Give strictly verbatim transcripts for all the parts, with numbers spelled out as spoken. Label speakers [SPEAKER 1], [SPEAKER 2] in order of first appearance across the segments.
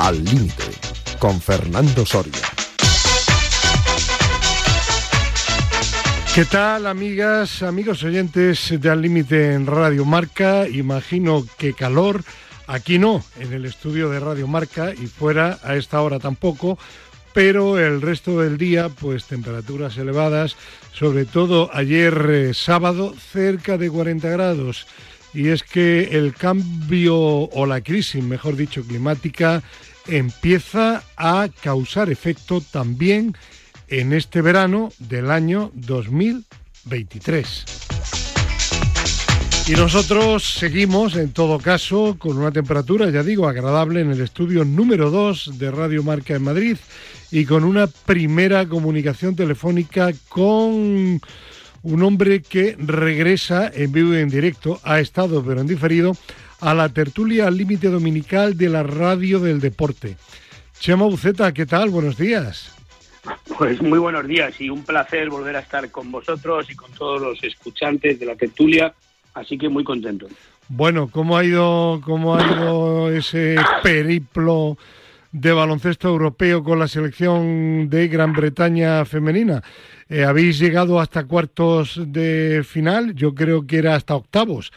[SPEAKER 1] Al Límite, con Fernando Soria.
[SPEAKER 2] ¿Qué tal, amigas, amigos oyentes de Al Límite en Radio Marca? Imagino que calor, aquí no, en el estudio de Radio Marca, y fuera a esta hora tampoco, pero el resto del día, pues temperaturas elevadas, sobre todo ayer eh, sábado, cerca de cuarenta grados. Y es que el cambio, o la crisis, mejor dicho, climática, empieza a causar efecto también en este verano del año dos mil veintitrés. Y nosotros seguimos, en todo caso, con una temperatura, ya digo, agradable en el estudio número dos de Radio Marca en Madrid y con una primera comunicación telefónica con un hombre que regresa en vivo y en directo, ha estado pero en diferido, a la tertulia Al Límite dominical de la Radio del Deporte. Chema Buceta, ¿qué tal? Buenos días.
[SPEAKER 3] Pues muy buenos días y un placer volver a estar con vosotros y con todos los escuchantes de la tertulia, así que muy contento.
[SPEAKER 2] Bueno, ¿cómo ha ido, cómo ha ido ese periplo de baloncesto europeo con la selección de Gran Bretaña femenina? Eh, habéis llegado hasta cuartos de final, yo creo que era hasta octavos.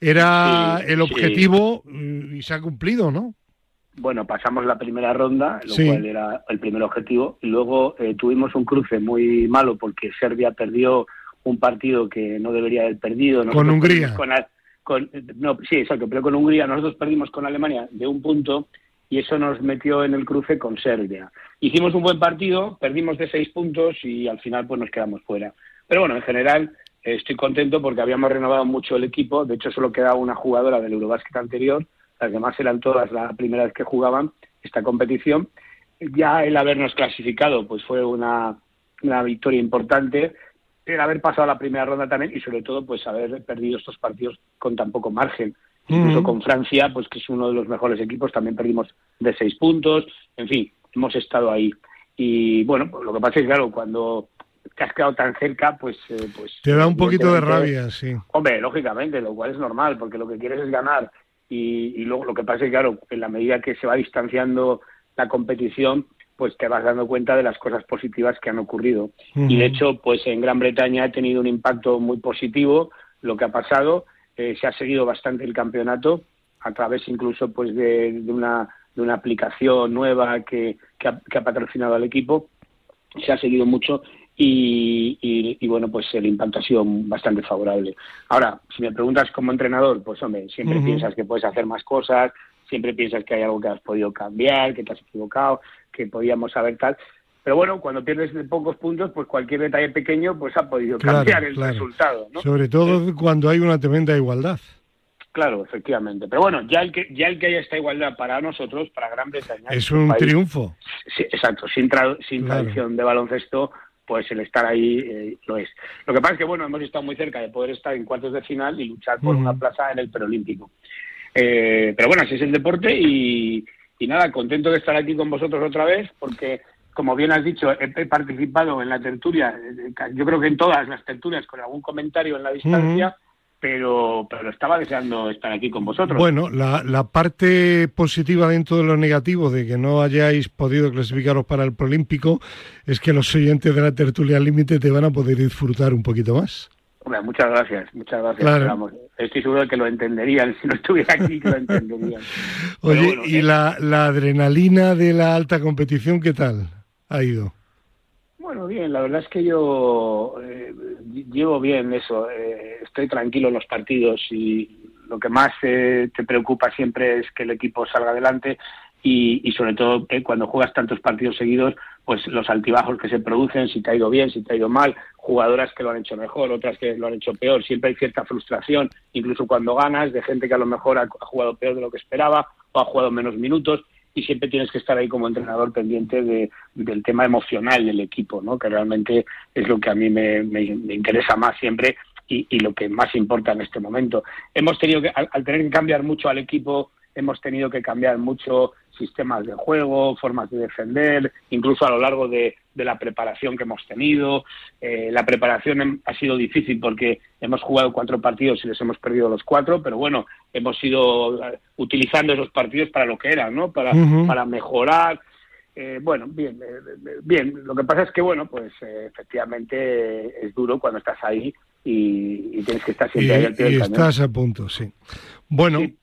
[SPEAKER 2] Era sí, el objetivo sí. Y se ha cumplido, ¿no?
[SPEAKER 3] Bueno, pasamos la primera ronda, lo
[SPEAKER 2] sí.
[SPEAKER 3] cual era el primer objetivo, y luego eh, tuvimos un cruce muy malo porque Serbia perdió un partido que no debería haber perdido.
[SPEAKER 2] Nosotros con Hungría.
[SPEAKER 3] Con, con, no, sí, exacto, pero con Hungría nosotros perdimos con Alemania de un punto y eso nos metió en el cruce con Serbia. Hicimos un buen partido, perdimos de seis puntos y al final pues nos quedamos fuera. Pero bueno, en general eh, estoy contento porque habíamos renovado mucho el equipo, de hecho solo quedaba una jugadora del Eurobasket anterior, las demás eran todas la primera vez que jugaban esta competición. Ya el habernos clasificado pues fue una, una victoria importante, el haber pasado la primera ronda también y sobre todo pues haber perdido estos partidos con tan poco margen. Incluso uh-huh. con Francia, pues que es uno de los mejores equipos, también perdimos de seis puntos, en fin, hemos estado ahí. Y bueno, pues lo que pasa es que claro, cuando te has quedado tan cerca, pues... Eh, pues
[SPEAKER 2] te da un poquito de rabia, sí.
[SPEAKER 3] Hombre, lógicamente, lo cual es normal, porque lo que quieres es ganar. Y, y luego lo que pasa es que claro, en la medida que se va distanciando la competición, pues te vas dando cuenta de las cosas positivas que han ocurrido. Uh-huh. Y de hecho, pues en Gran Bretaña ha tenido un impacto muy positivo lo que ha pasado. Eh, se ha seguido bastante el campeonato a través incluso pues de, de una de una aplicación nueva que, que, ha, que ha patrocinado al equipo. Se ha seguido mucho y, y, y bueno, pues el impacto ha sido bastante favorable. Ahora, si me preguntas como entrenador, pues hombre, siempre uh-huh. piensas que puedes hacer más cosas, siempre piensas que hay algo que has podido cambiar, que te has equivocado, que podíamos saber tal. Pero bueno, cuando pierdes de pocos puntos, pues cualquier detalle pequeño pues ha podido cambiar claro, el claro. resultado, ¿no?
[SPEAKER 2] Sobre todo eh, cuando hay una tremenda igualdad.
[SPEAKER 3] Claro, efectivamente. Pero bueno, ya el que ya el que haya esta igualdad para nosotros, para Gran Bretaña...
[SPEAKER 2] Es un país, triunfo.
[SPEAKER 3] Sí, exacto. Sin, tra- sin claro. tradición de baloncesto, pues el estar ahí eh, lo es. Lo que pasa es que, bueno, hemos estado muy cerca de poder estar en cuartos de final y luchar por uh-huh. una plaza en el preolímpico. Eh, pero bueno, así es el deporte y, y nada, contento de estar aquí con vosotros otra vez, porque... Como bien has dicho, he participado en la tertulia, yo creo que en todas las tertulias, con algún comentario en la distancia, uh-huh. pero pero estaba deseando estar aquí con vosotros.
[SPEAKER 2] Bueno, la, la parte positiva dentro de lo negativo de que no hayáis podido clasificaros para el Proolímpico es que los oyentes de la tertulia Al Límite te van a poder disfrutar un poquito más.
[SPEAKER 3] Hombre, muchas gracias, muchas gracias.
[SPEAKER 2] Claro.
[SPEAKER 3] Vamos, estoy seguro de que lo entenderían, si no estuviera aquí que lo entenderían.
[SPEAKER 2] Oye, bueno, ¿y eh? la, la adrenalina de la alta competición qué tal ha ido?
[SPEAKER 3] Bueno, bien, la verdad es que yo eh, llevo bien eso, eh, estoy tranquilo en los partidos y lo que más eh, te preocupa siempre es que el equipo salga adelante y, y sobre todo eh, cuando juegas tantos partidos seguidos, pues los altibajos que se producen, si te ha ido bien, si te ha ido mal, jugadoras que lo han hecho mejor, otras que lo han hecho peor, siempre hay cierta frustración, incluso cuando ganas, de gente que a lo mejor ha, ha jugado peor de lo que esperaba o ha jugado menos minutos. Y siempre tienes que estar ahí como entrenador pendiente de, del tema emocional del equipo, ¿no? Que realmente es lo que a mí me, me, me interesa más siempre y, y lo que más importa en este momento. Hemos tenido que, al, al tener que cambiar mucho al equipo hemos tenido que cambiar mucho sistemas de juego, formas de defender, incluso a lo largo de, de la preparación que hemos tenido. Eh, la preparación ha sido difícil porque hemos jugado cuatro partidos y les hemos perdido los cuatro, pero bueno, hemos ido utilizando esos partidos para lo que eran, ¿no? Para, uh-huh. para mejorar. Eh, bueno, bien, eh, bien. Lo que pasa es que, bueno, pues eh, efectivamente eh, es duro cuando estás ahí y, y tienes que estar siempre
[SPEAKER 2] y,
[SPEAKER 3] ahí al pie del cañón.
[SPEAKER 2] Y estás a punto, sí. Bueno, sí.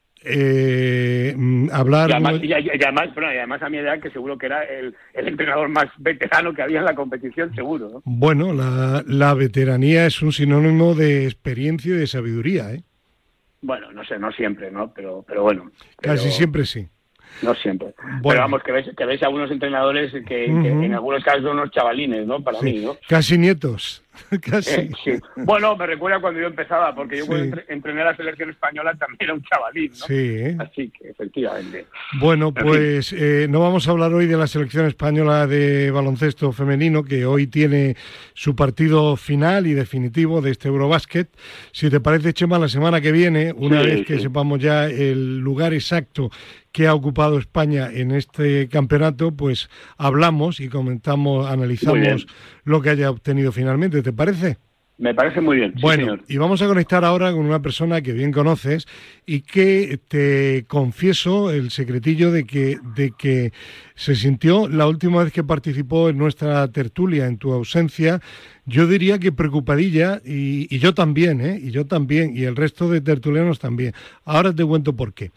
[SPEAKER 2] Eh, hablar...
[SPEAKER 3] Y además, y, y, además, bueno, y además a mi edad, que seguro que era el, el entrenador más veterano que había en la competición, seguro, ¿no?
[SPEAKER 2] Bueno, la, la veteranía es un sinónimo de experiencia y de sabiduría, ¿eh?
[SPEAKER 3] Bueno, no sé, no siempre, ¿no? Pero, pero bueno. Pero...
[SPEAKER 2] Casi siempre sí.
[SPEAKER 3] No siempre. Bueno. Pero vamos, que ves, que ves a unos entrenadores que, uh-huh. que en algunos casos son unos chavalines, ¿no? Para
[SPEAKER 2] sí.
[SPEAKER 3] mí, ¿no?
[SPEAKER 2] Casi nietos. Casi.
[SPEAKER 3] Eh, sí. Bueno, me recuerda cuando yo empezaba, porque yo sí. cuando entre, entrené a la selección española también era un chavalín, ¿no?
[SPEAKER 2] Sí.
[SPEAKER 3] Así que, efectivamente.
[SPEAKER 2] Bueno, pues eh, no vamos a hablar hoy de la selección española de baloncesto femenino, que hoy tiene su partido final y definitivo de este Eurobásquet. Si te parece, Chema, la semana que viene, una sí, vez que sí. sepamos ya el lugar exacto que ha ocupado España en este campeonato, pues hablamos y comentamos, analizamos lo que haya obtenido finalmente. ¿Te parece?
[SPEAKER 3] Me parece muy bien.
[SPEAKER 2] Bueno,
[SPEAKER 3] sí, señor.
[SPEAKER 2] Y vamos a conectar ahora con una persona que bien conoces y que te confieso el secretillo de que, de que se sintió la última vez que participó en nuestra tertulia, en tu ausencia, yo diría que preocupadilla, y, y yo también, ¿eh? Y yo también, y el resto de tertulianos también. Ahora te cuento por qué.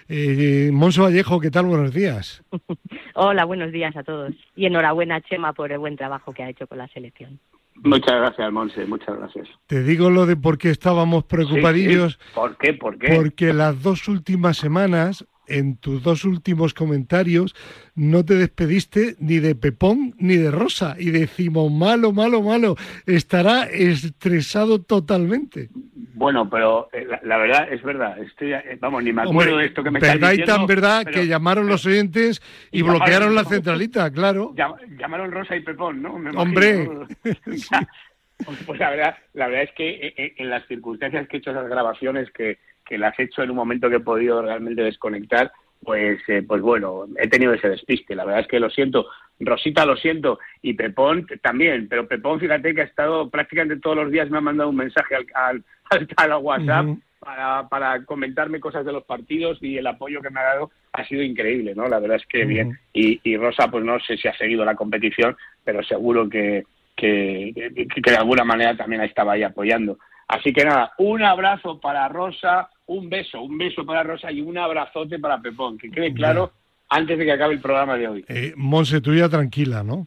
[SPEAKER 2] Eh, Monse Vallejo, ¿qué tal? Buenos días.
[SPEAKER 4] Hola, buenos días a todos. Y enhorabuena, Chema, por el buen trabajo que ha hecho con la selección.
[SPEAKER 3] Muchas gracias, Monse, muchas gracias.
[SPEAKER 2] Te digo lo de por qué estábamos preocupadillos.
[SPEAKER 3] Sí, sí. ¿Por qué? ¿Por qué?
[SPEAKER 2] Porque las dos últimas semanas, en tus dos últimos comentarios, no te despediste ni de Pepón ni de Rosa. Y decimos, malo, malo, malo, estará estresado totalmente.
[SPEAKER 3] Bueno, pero eh, la, la verdad es verdad. Estoy, eh, vamos, ni me acuerdo
[SPEAKER 2] Hombre,
[SPEAKER 3] de esto que me
[SPEAKER 2] verdad
[SPEAKER 3] estás diciendo.
[SPEAKER 2] Y tan verdad
[SPEAKER 3] pero,
[SPEAKER 2] que llamaron
[SPEAKER 3] pero,
[SPEAKER 2] los oyentes y, y bloquearon llamaron, la centralita, claro.
[SPEAKER 3] Llamaron Rosa y Pepón, ¿no? Me
[SPEAKER 2] Hombre.
[SPEAKER 3] Sí. Pues la verdad, la verdad es que en, en las circunstancias que he hecho esas grabaciones, que, que las he hecho en un momento que he podido realmente desconectar, pues eh, pues bueno, he tenido ese despiste. La verdad es que lo siento. Rosita lo siento, y Pepón también, pero Pepón, fíjate que ha estado prácticamente todos los días, me ha mandado un mensaje al, al, al, al WhatsApp uh-huh. para, para comentarme cosas de los partidos, y el apoyo que me ha dado ha sido increíble, ¿no? La verdad es que uh-huh. bien. Y, y Rosa, pues no sé si ha seguido la competición, pero seguro que, que, que, que de alguna manera también estaba ahí apoyando. Así que nada, un abrazo para Rosa, un beso, un beso para Rosa y un abrazote para Pepón, que quede claro antes de que acabe el programa de hoy.
[SPEAKER 2] Eh, Monse, tú ya tranquila, ¿no?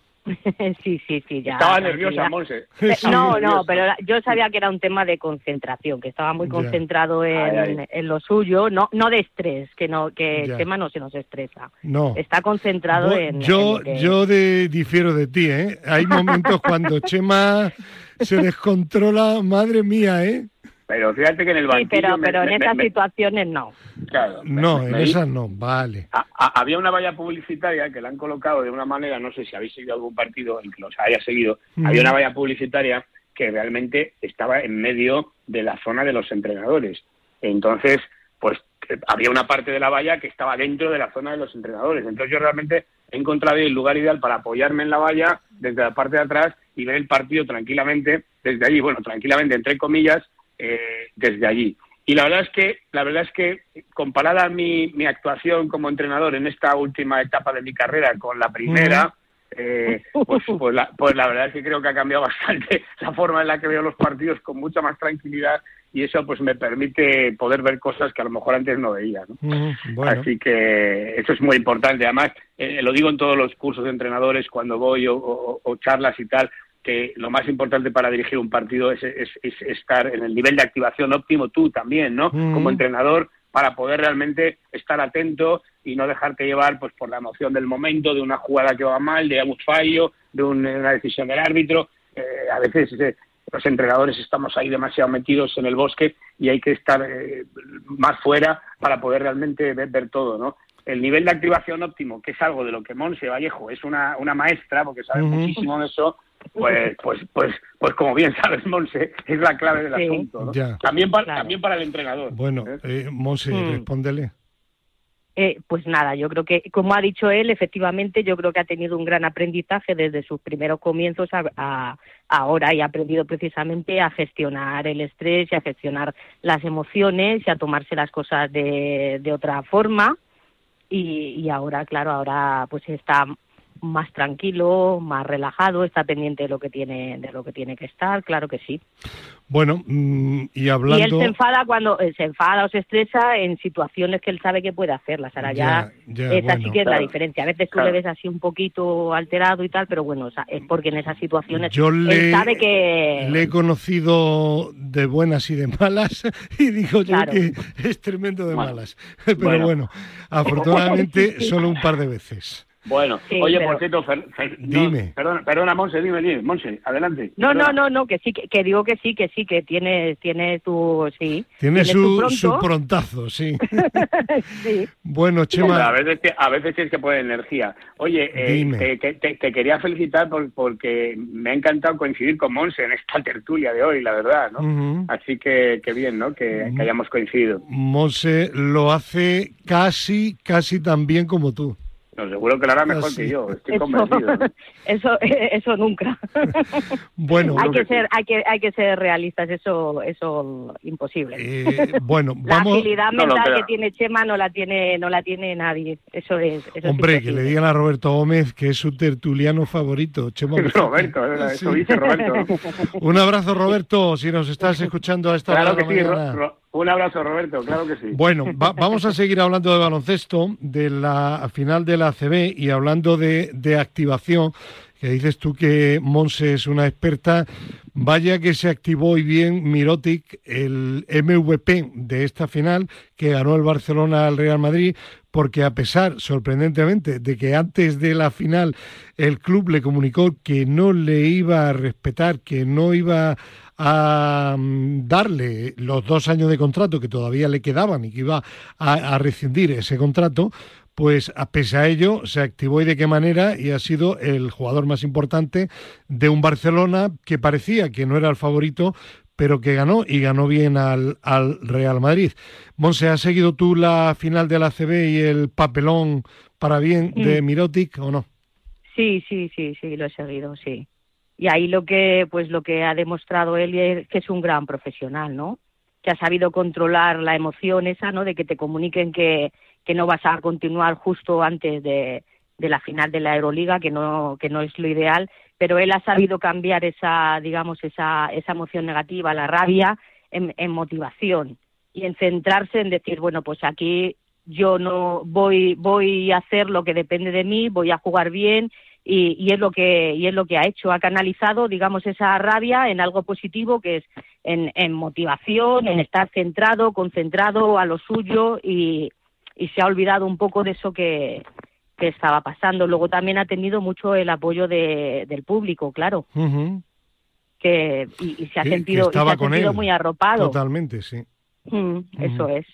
[SPEAKER 4] sí, sí, sí, ya.
[SPEAKER 3] Estaba tranquila. Nerviosa, Monse.
[SPEAKER 4] Sí, no, nerviosa. no, pero yo sabía que era un tema de concentración, que estaba muy concentrado en, ay, ay. en lo suyo, no no de estrés, que no que el tema no se nos estresa.
[SPEAKER 2] No.
[SPEAKER 4] Está concentrado
[SPEAKER 2] Bo,
[SPEAKER 4] en...
[SPEAKER 2] Yo,
[SPEAKER 4] en que...
[SPEAKER 2] yo de, difiero de ti, ¿eh? Hay momentos cuando Chema se descontrola, madre mía, ¿eh?
[SPEAKER 3] Pero fíjate que en el banquillo...
[SPEAKER 4] Sí, pero,
[SPEAKER 3] me,
[SPEAKER 4] pero
[SPEAKER 3] me,
[SPEAKER 4] en esas
[SPEAKER 3] me,
[SPEAKER 4] situaciones no.
[SPEAKER 3] Claro.
[SPEAKER 2] No,
[SPEAKER 3] me,
[SPEAKER 2] en
[SPEAKER 3] me,
[SPEAKER 2] esas no, vale.
[SPEAKER 3] A, a, había una valla publicitaria que la han colocado de una manera, no sé si habéis seguido algún partido, el que los haya seguido, mm. había una valla publicitaria que realmente estaba en medio de la zona de los entrenadores. Entonces, pues había una parte de la valla que estaba dentro de la zona de los entrenadores. Entonces yo realmente he encontrado el lugar ideal para apoyarme en la valla desde la parte de atrás y ver el partido tranquilamente desde allí. Bueno, tranquilamente, entre comillas, eh, desde allí. Y la verdad es que, la verdad es que comparada mi, mi actuación como entrenador en esta última etapa de mi carrera con la primera, uh-huh. eh, pues, pues, la, pues la verdad es que creo que ha cambiado bastante la forma en la que veo los partidos con mucha más tranquilidad, y eso pues me permite poder ver cosas que a lo mejor antes no veía, ¿no? Uh-huh. Bueno. Así que eso es muy importante. Además, eh, lo digo en todos los cursos de entrenadores cuando voy o, o, o charlas y tal, que lo más importante para dirigir un partido es, es, es estar en el nivel de activación óptimo, tú también, ¿no? Mm. Como entrenador, para poder realmente estar atento y no dejarte llevar pues por la emoción del momento, de una jugada que va mal, de un fallo, de un, una decisión del árbitro. Eh, a veces eh, los entrenadores estamos ahí demasiado metidos en el bosque y hay que estar eh, más fuera para poder realmente ver, ver todo, ¿no? El nivel de activación óptimo, que es algo de lo que Monse Vallejo es una, una maestra, porque sabe uh-huh. muchísimo de eso, pues pues pues pues como bien sabes, Monse, es la clave del sí. asunto, ¿no? También para, también para el entrenador.
[SPEAKER 2] Bueno, ¿eh? Eh, Monse, mm. respóndele.
[SPEAKER 4] Eh, pues nada, yo creo que, como ha dicho él, efectivamente, yo creo que ha tenido un gran aprendizaje desde sus primeros comienzos a, a ahora y ha aprendido precisamente a gestionar el estrés y a gestionar las emociones y a tomarse las cosas de, de otra forma y, y ahora, claro, ahora pues está más tranquilo, más relajado, está pendiente de lo que tiene de lo que tiene que estar, claro que sí.
[SPEAKER 2] Bueno, mmm, y hablando...
[SPEAKER 4] Y él se enfada cuando eh, se enfada o se estresa en situaciones que él sabe que puede hacerlas. Ahora ya, ya, ya esa bueno, sí que es claro, la diferencia. A veces tú claro. le ves así un poquito alterado y tal, pero bueno, o sea, es porque en esas situaciones
[SPEAKER 2] Yo le,
[SPEAKER 4] él sabe que...
[SPEAKER 2] le he conocido de buenas y de malas y digo yo claro. que es tremendo de bueno, malas. Pero bueno, bueno afortunadamente solo un par de veces.
[SPEAKER 3] Bueno, sí, oye, pero... por cierto, Fer, Fer,
[SPEAKER 2] dime.
[SPEAKER 3] No, perdona, perdona, Monse, dime, dime, Monse, adelante.
[SPEAKER 4] No,
[SPEAKER 3] perdona.
[SPEAKER 4] no, no, no, que sí, que, que digo que sí, que sí, que tiene, tiene tu, sí.
[SPEAKER 2] Tiene, tiene su, pronto. su prontazo, sí.
[SPEAKER 4] sí.
[SPEAKER 2] Bueno, Chema.
[SPEAKER 3] A veces, a veces tienes que poner energía. Oye, eh, te, te, te quería felicitar por, porque me ha encantado coincidir con Monse en esta tertulia de hoy, la verdad, ¿no? Uh-huh. Así que, que bien, ¿no? Que, uh-huh. que hayamos coincidido.
[SPEAKER 2] Monse lo hace casi, casi tan bien como tú.
[SPEAKER 3] No, seguro que lo hará mejor ah, sí. que yo, estoy
[SPEAKER 4] eso,
[SPEAKER 3] convencido. ¿no?
[SPEAKER 4] Eso, eso nunca.
[SPEAKER 2] Bueno,
[SPEAKER 4] hay que ser, hay que, hay que ser realistas, eso, eso imposible.
[SPEAKER 2] Eh, bueno,
[SPEAKER 4] la
[SPEAKER 2] vamos.
[SPEAKER 4] agilidad mental no, que tiene Chema no la tiene, no la tiene nadie. Eso es. Eso
[SPEAKER 2] Hombre,
[SPEAKER 4] es
[SPEAKER 2] que le digan a Roberto Gómez que es su tertuliano favorito. Chema.
[SPEAKER 3] Roberto, eso sí. dice Roberto.
[SPEAKER 2] Un abrazo, Roberto, si nos estás escuchando a esta
[SPEAKER 3] claro
[SPEAKER 2] hora
[SPEAKER 3] que
[SPEAKER 2] de
[SPEAKER 3] sí,
[SPEAKER 2] la mañana.
[SPEAKER 3] Ro, Ro, un abrazo, Roberto, claro que sí.
[SPEAKER 2] Bueno, va, vamos a seguir hablando de baloncesto, de la final de la A C B y hablando de, de activación, que dices tú que Monse es una experta. Vaya que se activó hoy bien Mirotic, el M V P de esta final, que ganó el Barcelona al Real Madrid, porque a pesar, sorprendentemente, de que antes de la final el club le comunicó que no le iba a respetar, que no iba a darle los dos años de contrato que todavía le quedaban y que iba a, a rescindir ese contrato, pues a pesar de ello se activó y de qué manera, y ha sido el jugador más importante de un Barcelona que parecía que no era el favorito, pero que ganó y ganó bien al, al Real Madrid. Monse, ¿has seguido tú la final de la A C B y el papelón para bien de Mirotic o no?
[SPEAKER 4] Sí, sí, sí, sí, lo he seguido, sí. Y ahí lo que, pues lo que ha demostrado él es que es un gran profesional, ¿no? Que ha sabido controlar la emoción esa, ¿no? De que te comuniquen que, que no vas a continuar justo antes de, de la final de la Euroliga, que no, que no es lo ideal, pero él ha sabido cambiar esa, digamos, esa, esa emoción negativa, la rabia, en, en motivación y en centrarse en decir, bueno, pues aquí yo no voy, voy a hacer lo que depende de mí, voy a jugar bien. Y, y es lo que y es lo que ha hecho, ha canalizado, digamos, esa rabia en algo positivo, que es en, en motivación, en estar centrado, concentrado a lo suyo, y, y se ha olvidado un poco de eso que, que estaba pasando. Luego también ha tenido mucho el apoyo de, del público, claro, uh-huh. que y, y se ha sí, sentido, y se ha sentido muy arropado.
[SPEAKER 2] Totalmente, sí.
[SPEAKER 4] Mm, uh-huh. Eso es.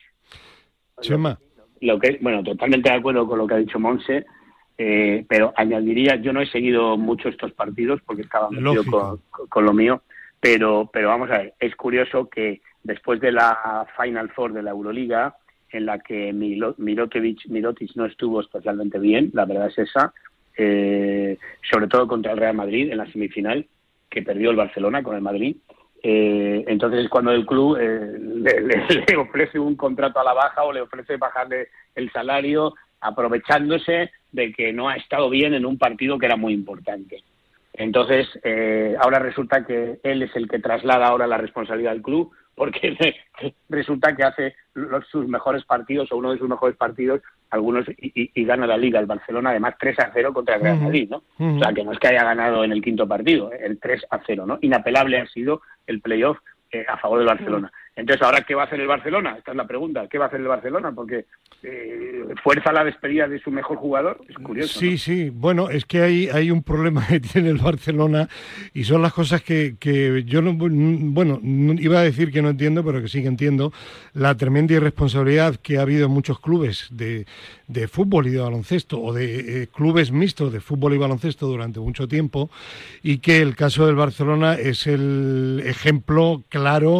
[SPEAKER 2] Chema.
[SPEAKER 3] Lo que, bueno, totalmente de acuerdo con lo que ha dicho Monse. Eh, pero añadiría, yo no he seguido mucho estos partidos porque estaba metido con, con lo mío, pero pero vamos a ver, es curioso que después de la Final Four de la Euroliga, en la que Milo, Mirotic, Mirotic no estuvo especialmente bien, la verdad es esa, eh, sobre todo contra el Real Madrid en la semifinal, que perdió el Barcelona con el Madrid, eh, entonces es cuando el club eh, le, le, le ofrece un contrato a la baja o le ofrece bajarle el salario, aprovechándose de que no ha estado bien en un partido que era muy importante. Entonces, eh, ahora resulta que él es el que traslada ahora la responsabilidad del club, porque resulta que hace los, sus mejores partidos, o uno de sus mejores partidos, algunos, y, y, y gana la Liga, el Barcelona, además tres a cero contra el Real Madrid, ¿no? Uh-huh. O sea, que no es que haya ganado en el quinto partido, el tres a cero, ¿no? Inapelable ha sido el playoff eh, a favor del Barcelona. Entonces, ¿ahora qué va a hacer el Barcelona? Esta es la pregunta. ¿Qué va a hacer el Barcelona? Porque eh, fuerza la despedida de su mejor jugador. Es curioso.
[SPEAKER 2] Sí, ¿no? Sí. Bueno, es que hay, hay un problema que tiene el Barcelona y son las cosas que, que yo no... Bueno, iba a decir que no entiendo, pero que sí que entiendo. La tremenda irresponsabilidad que ha habido en muchos clubes de, de fútbol y de baloncesto, o de eh, clubes mixtos de fútbol y baloncesto durante mucho tiempo, y que el caso del Barcelona es el ejemplo claro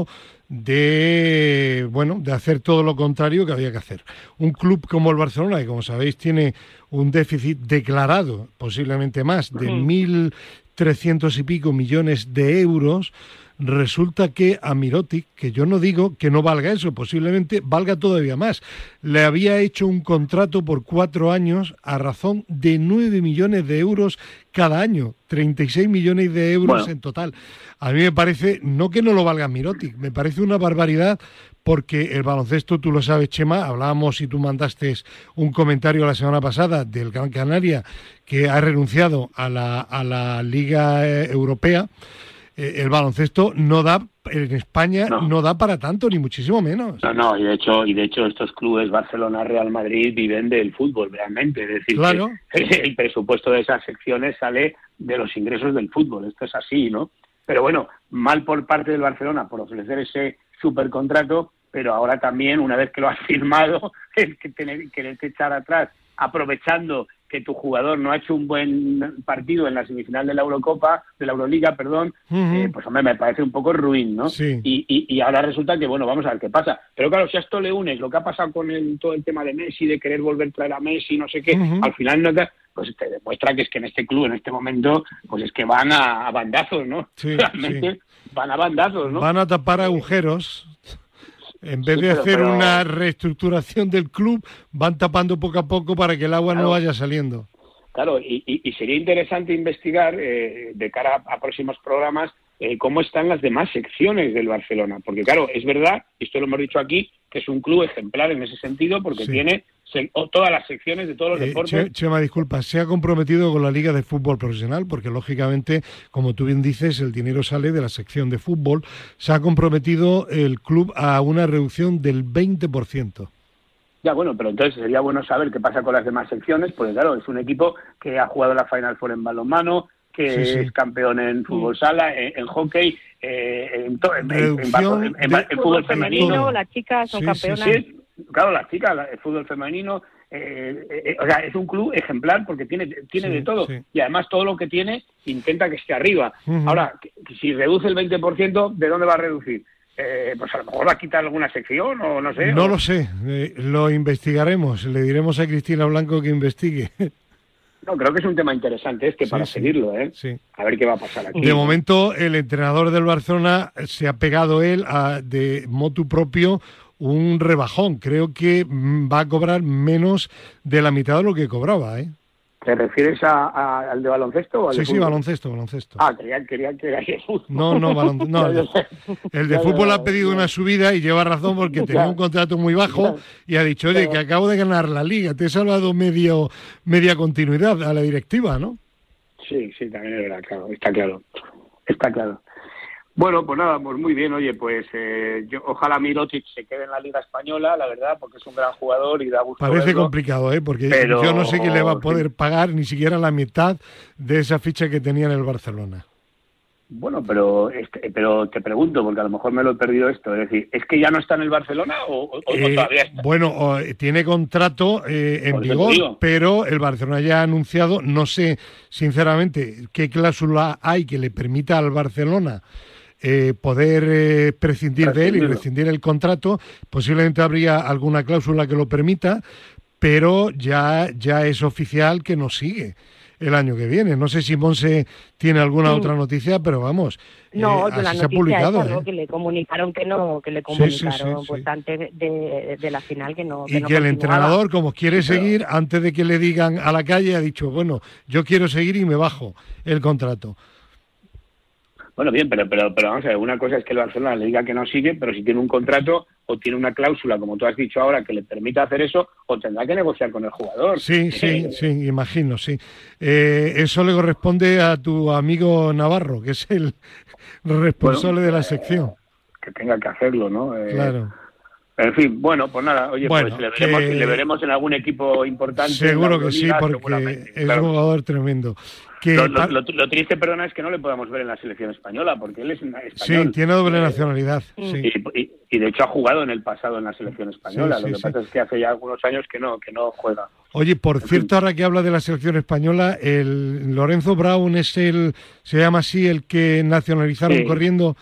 [SPEAKER 2] de, bueno, de hacer todo lo contrario que había que hacer. Un club como el Barcelona, que como sabéis tiene un déficit declarado, posiblemente más, de mil trescientos y pico millones de euros, resulta que a Mirotic, que yo no digo que no valga eso, posiblemente valga todavía más, le había hecho un contrato por cuatro años a razón de nueve millones de euros cada año, treinta y seis millones de euros bueno. en total. A mí me parece, no que no lo valga Mirotic, me parece una barbaridad, porque el baloncesto, tú lo sabes, Chema, hablábamos y tú mandaste un comentario la semana pasada del Gran Canaria, que ha renunciado a la, a la Liga Europea. El baloncesto no da, en España no. no da para tanto, ni muchísimo menos.
[SPEAKER 3] No, no, y de hecho, y de hecho estos clubes, Barcelona, Real Madrid, viven del fútbol realmente. Es decir,
[SPEAKER 2] claro.
[SPEAKER 3] que el presupuesto de esas secciones sale de los ingresos del fútbol. Esto es así, ¿no? Pero bueno, mal por parte del Barcelona por ofrecer ese supercontrato, pero ahora también, una vez que lo has firmado, es que tener, quererte echar atrás, aprovechando que tu jugador no ha hecho un buen partido en la semifinal de la Eurocopa, de la Euroliga, perdón, uh-huh. eh, pues hombre, me parece un poco ruin, ¿no?
[SPEAKER 2] Sí.
[SPEAKER 3] Y, y, y ahora resulta que, bueno, vamos a ver qué pasa. Pero claro, si a esto le unes lo que ha pasado con el, todo el tema de Messi, de querer volver a traer a Messi, no sé qué, uh-huh. al final no te, pues te demuestra que es que en este club, en este momento, pues es que van a, a bandazos, ¿no?
[SPEAKER 2] Sí,
[SPEAKER 3] realmente
[SPEAKER 2] sí.
[SPEAKER 3] van a bandazos, ¿no?
[SPEAKER 2] Van a tapar agujeros. En vez sí, de hacer pero... una reestructuración del club, van tapando poco a poco para que el agua claro. no vaya saliendo.
[SPEAKER 3] Claro, y, y, y sería interesante investigar eh, de cara a, a próximos programas eh, cómo están las demás secciones del Barcelona. Porque claro, es verdad, y esto lo hemos dicho aquí, que es un club ejemplar en ese sentido porque sí. tiene se, o, todas las secciones de todos los
[SPEAKER 2] eh,
[SPEAKER 3] deportes.
[SPEAKER 2] Chema, disculpa, se ha comprometido con la Liga de Fútbol Profesional porque lógicamente, como tú bien dices, el dinero sale de la sección de fútbol. Se ha comprometido el club a una reducción del veinte por ciento.
[SPEAKER 3] Ya, bueno, pero entonces sería bueno saber qué pasa con las demás secciones, porque claro, es un equipo que ha jugado la Final Four en balonmano, que sí, sí. es campeón en fútbol sala, en, en hockey, eh, en, to, en, en, en, en, en fútbol femenino.
[SPEAKER 4] Las chicas son
[SPEAKER 3] sí,
[SPEAKER 4] campeonas.
[SPEAKER 3] Sí, sí. Claro, las chicas, el fútbol femenino, eh, eh, o sea, es un club ejemplar porque tiene tiene
[SPEAKER 2] sí,
[SPEAKER 3] de todo.
[SPEAKER 2] Sí.
[SPEAKER 3] Y además todo lo que tiene intenta que esté arriba. Uh-huh. Ahora, si reduce el veinte por ciento, ¿de dónde va a reducir? Eh, pues a lo mejor va a quitar alguna sección o no sé.
[SPEAKER 2] No
[SPEAKER 3] o...
[SPEAKER 2] lo sé, eh, lo investigaremos. Le diremos a Cristina Blanco que investigue.
[SPEAKER 3] No, creo que es un tema interesante este sí, para sí, seguirlo, ¿eh?
[SPEAKER 2] Sí.
[SPEAKER 3] A ver qué va a pasar aquí.
[SPEAKER 2] De momento, el entrenador del Barcelona se ha pegado él a, de motu propio un rebajón. Creo que va a cobrar menos de la mitad de lo que cobraba, ¿eh?
[SPEAKER 3] ¿Te refieres a, a, al de baloncesto o al
[SPEAKER 2] sí,
[SPEAKER 3] de
[SPEAKER 2] sí,
[SPEAKER 3] fútbol?
[SPEAKER 2] baloncesto, baloncesto.
[SPEAKER 3] Ah, quería, quería que era el de fútbol.
[SPEAKER 2] No, no, baloncesto. No, el de fútbol ha pedido una subida y lleva razón porque tenía un contrato muy bajo y ha dicho, oye, que acabo de ganar la Liga, te he salvado medio, media continuidad a la directiva, ¿no?
[SPEAKER 3] Sí, sí, también es verdad, claro, está claro, está claro. Bueno, pues nada, pues muy bien, oye, pues eh, yo, ojalá Mirotic se quede en la Liga Española, la verdad, porque es un gran jugador y da gusto
[SPEAKER 2] Parece
[SPEAKER 3] verlo.
[SPEAKER 2] complicado, ¿eh? Porque
[SPEAKER 3] Pero...
[SPEAKER 2] yo no sé quién le va a poder
[SPEAKER 3] sí.
[SPEAKER 2] pagar ni siquiera la mitad de esa ficha que tenía en el Barcelona.
[SPEAKER 3] Bueno, pero este, pero te pregunto, porque a lo mejor me lo he perdido esto, es decir, ¿es que ya no está en el Barcelona o, o,
[SPEAKER 2] eh,
[SPEAKER 3] o todavía está?
[SPEAKER 2] Bueno, o, tiene contrato eh, en vigor, pero el Barcelona ya ha anunciado, no sé sinceramente qué cláusula hay que le permita al Barcelona Eh, poder eh, prescindir de él y rescindir el contrato. Posiblemente habría alguna cláusula que lo permita, pero ya, ya es oficial que nos sigue el año que viene. No sé si Monse tiene alguna sí. otra noticia, pero vamos,
[SPEAKER 4] no,
[SPEAKER 2] eh,
[SPEAKER 4] así
[SPEAKER 2] la
[SPEAKER 4] se
[SPEAKER 2] ha publicado.
[SPEAKER 4] Esa, ¿no?
[SPEAKER 2] ¿eh?
[SPEAKER 4] Que le comunicaron que no, que le comunicaron
[SPEAKER 2] sí, sí, sí,
[SPEAKER 4] pues
[SPEAKER 2] sí.
[SPEAKER 4] antes de, de la final que no. Que
[SPEAKER 2] y
[SPEAKER 4] no
[SPEAKER 2] que el entrenador, como quiere
[SPEAKER 3] sí,
[SPEAKER 2] seguir,
[SPEAKER 3] pero...
[SPEAKER 2] antes de que le digan a la calle, ha dicho, bueno, yo quiero seguir y me bajo el contrato.
[SPEAKER 3] Bueno, bien, pero, pero, pero vamos a ver, una cosa es que el Barcelona le diga que no sigue, pero si tiene un contrato o tiene una cláusula, como tú has dicho ahora, que le permita hacer eso, o tendrá que negociar con el jugador.
[SPEAKER 2] Sí, sí, eh, sí, imagino, sí. Eh, eso le corresponde a tu amigo Navarro, que es el responsable bueno, de la sección.
[SPEAKER 3] Eh, que tenga que hacerlo, ¿no? Eh,
[SPEAKER 2] claro.
[SPEAKER 3] En fin, bueno, pues nada, oye,
[SPEAKER 2] bueno,
[SPEAKER 3] pues le veremos,
[SPEAKER 2] que...
[SPEAKER 3] le veremos en algún equipo importante.
[SPEAKER 2] Seguro que sí, porque es
[SPEAKER 3] claro.
[SPEAKER 2] un jugador tremendo. Que
[SPEAKER 3] lo, lo, lo, lo triste, perdona, es que no le podamos ver en la selección española, porque él es español.
[SPEAKER 2] Sí, tiene doble eh, nacionalidad.
[SPEAKER 3] Y,
[SPEAKER 2] sí.
[SPEAKER 3] y, y de hecho ha jugado en el pasado en la selección española.
[SPEAKER 2] Sí,
[SPEAKER 3] lo
[SPEAKER 2] sí,
[SPEAKER 3] que
[SPEAKER 2] sí.
[SPEAKER 3] pasa es que hace ya algunos años que no, que no juega.
[SPEAKER 2] Oye, por cierto, ahora que habla de la selección española, el Lorenzo Brown es el, se llama así, el que nacionalizaron
[SPEAKER 3] sí.
[SPEAKER 2] corriendo.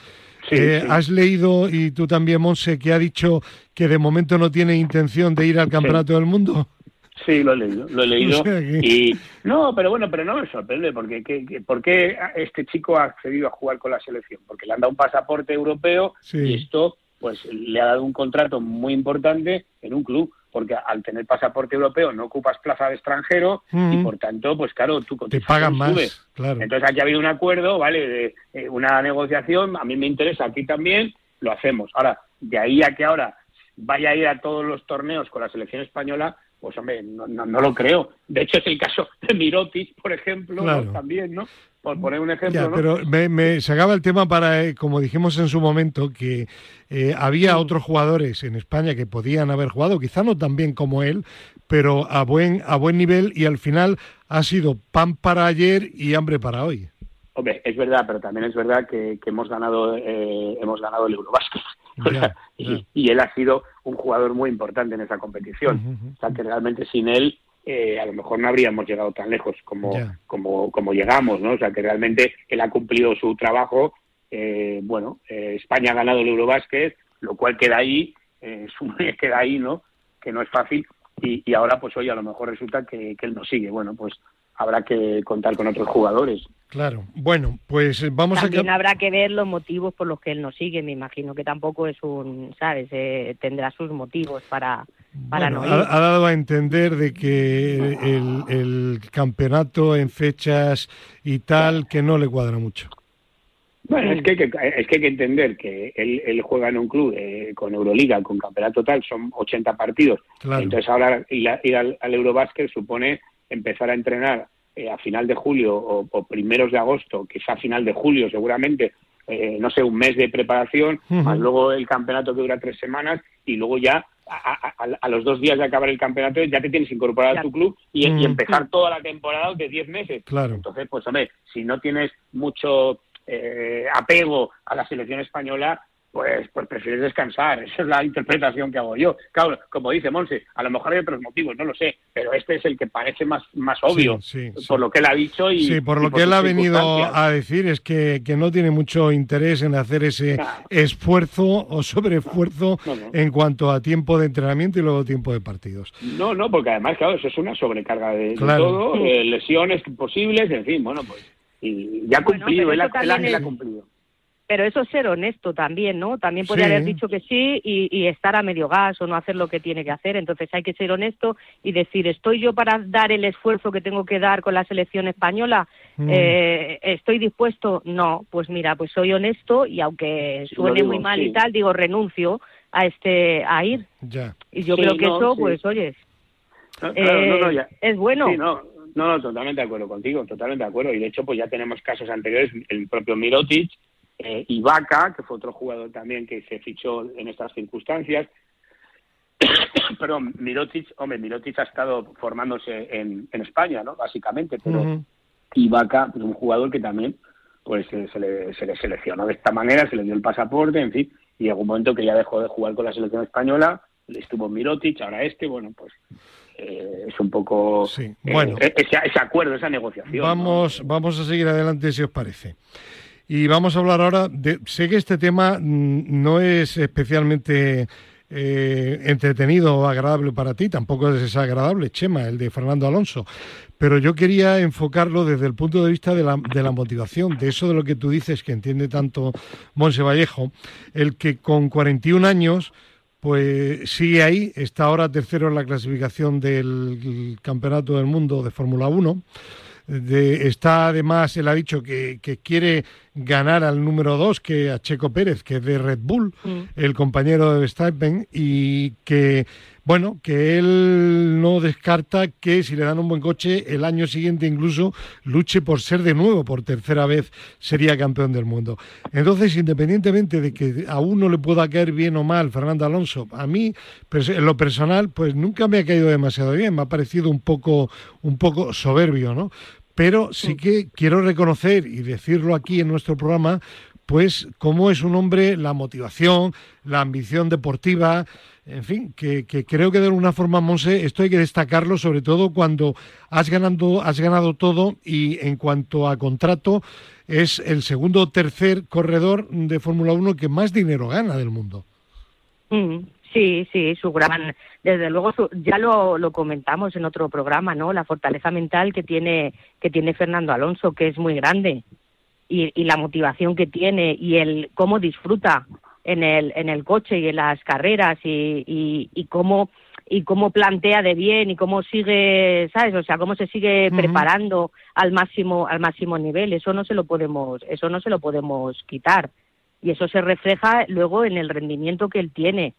[SPEAKER 3] Sí,
[SPEAKER 2] eh,
[SPEAKER 3] sí.
[SPEAKER 2] ¿Has leído, y tú también, Monse, que ha dicho que de momento no tiene intención de ir al Campeonato
[SPEAKER 3] Sí.
[SPEAKER 2] del Mundo?
[SPEAKER 3] Sí, lo he leído, lo he leído.
[SPEAKER 2] O sea que...
[SPEAKER 3] Y no, pero bueno, pero no me sorprende, porque ¿qué, qué, ¿por qué este chico ha accedido a jugar con la selección? Porque le han dado un pasaporte europeo
[SPEAKER 2] Sí.
[SPEAKER 3] y esto pues le ha dado un contrato muy importante en un club, porque al tener pasaporte europeo no ocupas plaza de extranjero
[SPEAKER 2] Mm.
[SPEAKER 3] y por tanto, pues claro, tu
[SPEAKER 2] Te pagan más,
[SPEAKER 3] sube.
[SPEAKER 2] claro.
[SPEAKER 3] Entonces aquí ha habido un acuerdo, ¿vale? De, eh, una negociación, a mí me interesa, aquí también, lo hacemos. Ahora, de ahí a que ahora vaya a ir a todos los torneos con la selección española, pues hombre, no, no, no lo creo. De hecho es el caso de Mirotic, por ejemplo,
[SPEAKER 2] Claro.
[SPEAKER 3] ¿no? También, ¿no? Por poner un ejemplo,
[SPEAKER 2] Ya,
[SPEAKER 3] ¿no?
[SPEAKER 2] pero me, me sacaba el tema para, eh, como dijimos en su momento, que eh, había otros jugadores en España que podían haber jugado, quizá no tan bien como él, pero a buen, a buen nivel, y al final ha sido pan para ayer y hambre para hoy.
[SPEAKER 3] Hombre, es verdad, pero también es verdad que, que hemos ganado eh, hemos ganado el Eurobasket. O
[SPEAKER 2] Ya,
[SPEAKER 3] sea,
[SPEAKER 2] ya.
[SPEAKER 3] y, y él ha sido un jugador muy importante en esa competición.
[SPEAKER 2] Ujú, ujú.
[SPEAKER 3] O sea, que realmente sin él eh, a lo mejor no habríamos llegado tan lejos como,
[SPEAKER 2] Ya.
[SPEAKER 3] como, como llegamos, ¿no? O sea, que realmente él ha cumplido su trabajo. Eh, bueno, eh, España ha ganado el Eurobasket, lo cual queda ahí, eh, su- queda ahí, ¿no? Que no es fácil. Y, y ahora, pues hoy a lo mejor resulta que, que él no sigue. Bueno, pues habrá que contar con otros jugadores.
[SPEAKER 2] Claro. Bueno, pues eh, vamos
[SPEAKER 4] También
[SPEAKER 2] a...
[SPEAKER 4] habrá que ver los motivos por los que él no sigue. Me imagino que tampoco es un, ¿sabes? Eh, tendrá sus motivos para, para
[SPEAKER 2] Bueno,
[SPEAKER 4] no ir.
[SPEAKER 2] ha, ha dado a entender de que el, el campeonato en fechas y tal, que no le cuadra mucho.
[SPEAKER 3] Bueno,
[SPEAKER 4] Sí.
[SPEAKER 3] es que, hay que es que hay que entender que él, él juega en un club eh, con Euroliga, con campeonato tal, son ochenta partidos.
[SPEAKER 2] Claro.
[SPEAKER 3] Entonces ahora ir, a- ir al, al Eurobasket supone empezar a entrenar eh, a final de julio o, o primeros de agosto, quizá a final de julio seguramente, eh, no sé, un mes de preparación,
[SPEAKER 2] Ujú.
[SPEAKER 3] más luego el campeonato que dura tres semanas y luego ya a, a- a los dos días de acabar el campeonato ya te tienes que incorporar
[SPEAKER 4] Ya.
[SPEAKER 3] a tu club y, y
[SPEAKER 2] Mm.
[SPEAKER 3] empezar toda la temporada de diez meses.
[SPEAKER 2] Claro.
[SPEAKER 3] Entonces, pues hombre, si no tienes mucho eh, apego a la selección española, pues pues prefieres descansar. Esa es la interpretación que hago yo. Claro, como dice Monse, a lo mejor hay otros motivos, no lo sé, pero este es el que parece más, más obvio,
[SPEAKER 2] Sí, sí, sí.
[SPEAKER 3] por lo que él ha dicho y
[SPEAKER 2] Sí, por
[SPEAKER 3] y
[SPEAKER 2] lo que él
[SPEAKER 3] sus
[SPEAKER 2] ha venido
[SPEAKER 3] circunstancias.
[SPEAKER 2] a decir es que, que no tiene mucho interés en hacer ese
[SPEAKER 3] Claro.
[SPEAKER 2] esfuerzo o sobreesfuerzo
[SPEAKER 3] No, no.
[SPEAKER 2] en cuanto a tiempo de entrenamiento y luego tiempo de partidos.
[SPEAKER 3] No, no, porque además, claro, eso es una sobrecarga de, de
[SPEAKER 2] Claro.
[SPEAKER 3] todo, eh, lesiones posibles, en fin, bueno, pues y ya ha
[SPEAKER 4] Bueno,
[SPEAKER 3] cumplido,
[SPEAKER 4] pero
[SPEAKER 3] él, ha,
[SPEAKER 4] eso
[SPEAKER 3] él ha-
[SPEAKER 4] también
[SPEAKER 3] él ha
[SPEAKER 4] es-
[SPEAKER 3] cumplido.
[SPEAKER 4] Pero eso es ser honesto también, ¿no? También podría
[SPEAKER 2] Sí.
[SPEAKER 4] haber dicho que sí y, y estar a medio gas o no hacer lo que tiene que hacer. Entonces hay que ser honesto y decir, ¿estoy yo para dar el esfuerzo que tengo que dar con la selección española?
[SPEAKER 2] Mm.
[SPEAKER 4] Eh, ¿Estoy dispuesto? No. Pues mira, pues soy honesto y aunque
[SPEAKER 3] Lo
[SPEAKER 4] suene
[SPEAKER 3] digo,
[SPEAKER 4] muy mal
[SPEAKER 3] sí.
[SPEAKER 4] y tal, digo, renuncio a este a ir.
[SPEAKER 2] Ya.
[SPEAKER 4] Y yo
[SPEAKER 3] Sí,
[SPEAKER 4] creo que
[SPEAKER 3] no,
[SPEAKER 4] eso,
[SPEAKER 3] sí.
[SPEAKER 4] pues oye,
[SPEAKER 3] No, claro, no, no,
[SPEAKER 4] eh,
[SPEAKER 3] ya.
[SPEAKER 4] es bueno.
[SPEAKER 3] Sí, no, no, no, totalmente de acuerdo contigo, totalmente de acuerdo. Y de hecho, pues ya tenemos casos anteriores, el propio Mirotic, eh, Ibaka, que fue otro jugador también que se fichó en estas circunstancias. Perdón, Mirotic, hombre, Mirotic ha estado formándose en, en España, ¿no? Básicamente, pero
[SPEAKER 2] Ujú.
[SPEAKER 3] Ibaka, pues un jugador que también pues eh, se, le, se le seleccionó de esta manera, se le dio el pasaporte, en fin, y llegó un momento que ya dejó de jugar con la selección española, estuvo Mirotic, ahora este, bueno, pues eh, es un poco
[SPEAKER 2] Sí,
[SPEAKER 3] eh,
[SPEAKER 2] bueno.
[SPEAKER 3] ese, ese acuerdo, esa negociación.
[SPEAKER 2] Vamos, vamos a seguir adelante si os parece. Y vamos a hablar ahora de... Sé que este tema mm, no es especialmente eh, entretenido o agradable para ti, tampoco es desagradable, Chema, el de Fernando Alonso, pero yo quería enfocarlo desde el punto de vista de la, de la motivación, de eso de lo que tú dices, que entiende tanto Monse Vallejo, el que con cuarenta y un años pues sigue ahí, está ahora tercero en la clasificación del Campeonato del Mundo de Fórmula uno. De, está además, él ha dicho que, que quiere ganar al número dos, que a Checo Pérez, que es de Red Bull,
[SPEAKER 4] Mm.
[SPEAKER 2] el compañero de Verstappen, y que, bueno, que él no descarta que si le dan un buen coche, el año siguiente incluso luche por ser de nuevo, por tercera vez sería campeón del mundo. Entonces, independientemente de que a uno le pueda caer bien o mal Fernando Alonso, a mí, pues, en lo personal, pues nunca me ha caído demasiado bien, me ha parecido un poco, un poco soberbio, ¿no? Pero sí que quiero reconocer y decirlo aquí en nuestro programa, pues cómo es un hombre, la motivación, la ambición deportiva, en fin, que, que creo que de alguna forma, Monse, esto hay que destacarlo, sobre todo cuando has ganado, has ganado todo y en cuanto a contrato es el segundo o tercer corredor de Fórmula uno que más dinero gana del mundo.
[SPEAKER 4] Mm, sí, sí, su gran, desde luego, su, ya lo, lo comentamos en otro programa, ¿no? La fortaleza mental que tiene que tiene Fernando Alonso, que es muy grande, y, y la motivación que tiene y el cómo disfruta en el en el coche y en las carreras y, y, y cómo y cómo plantea de bien y cómo sigue, ¿sabes? O sea, cómo se sigue uh-huh. preparando al máximo al máximo nivel. Eso no se lo podemos eso no se lo podemos quitar. Y eso se refleja luego en el rendimiento que él tiene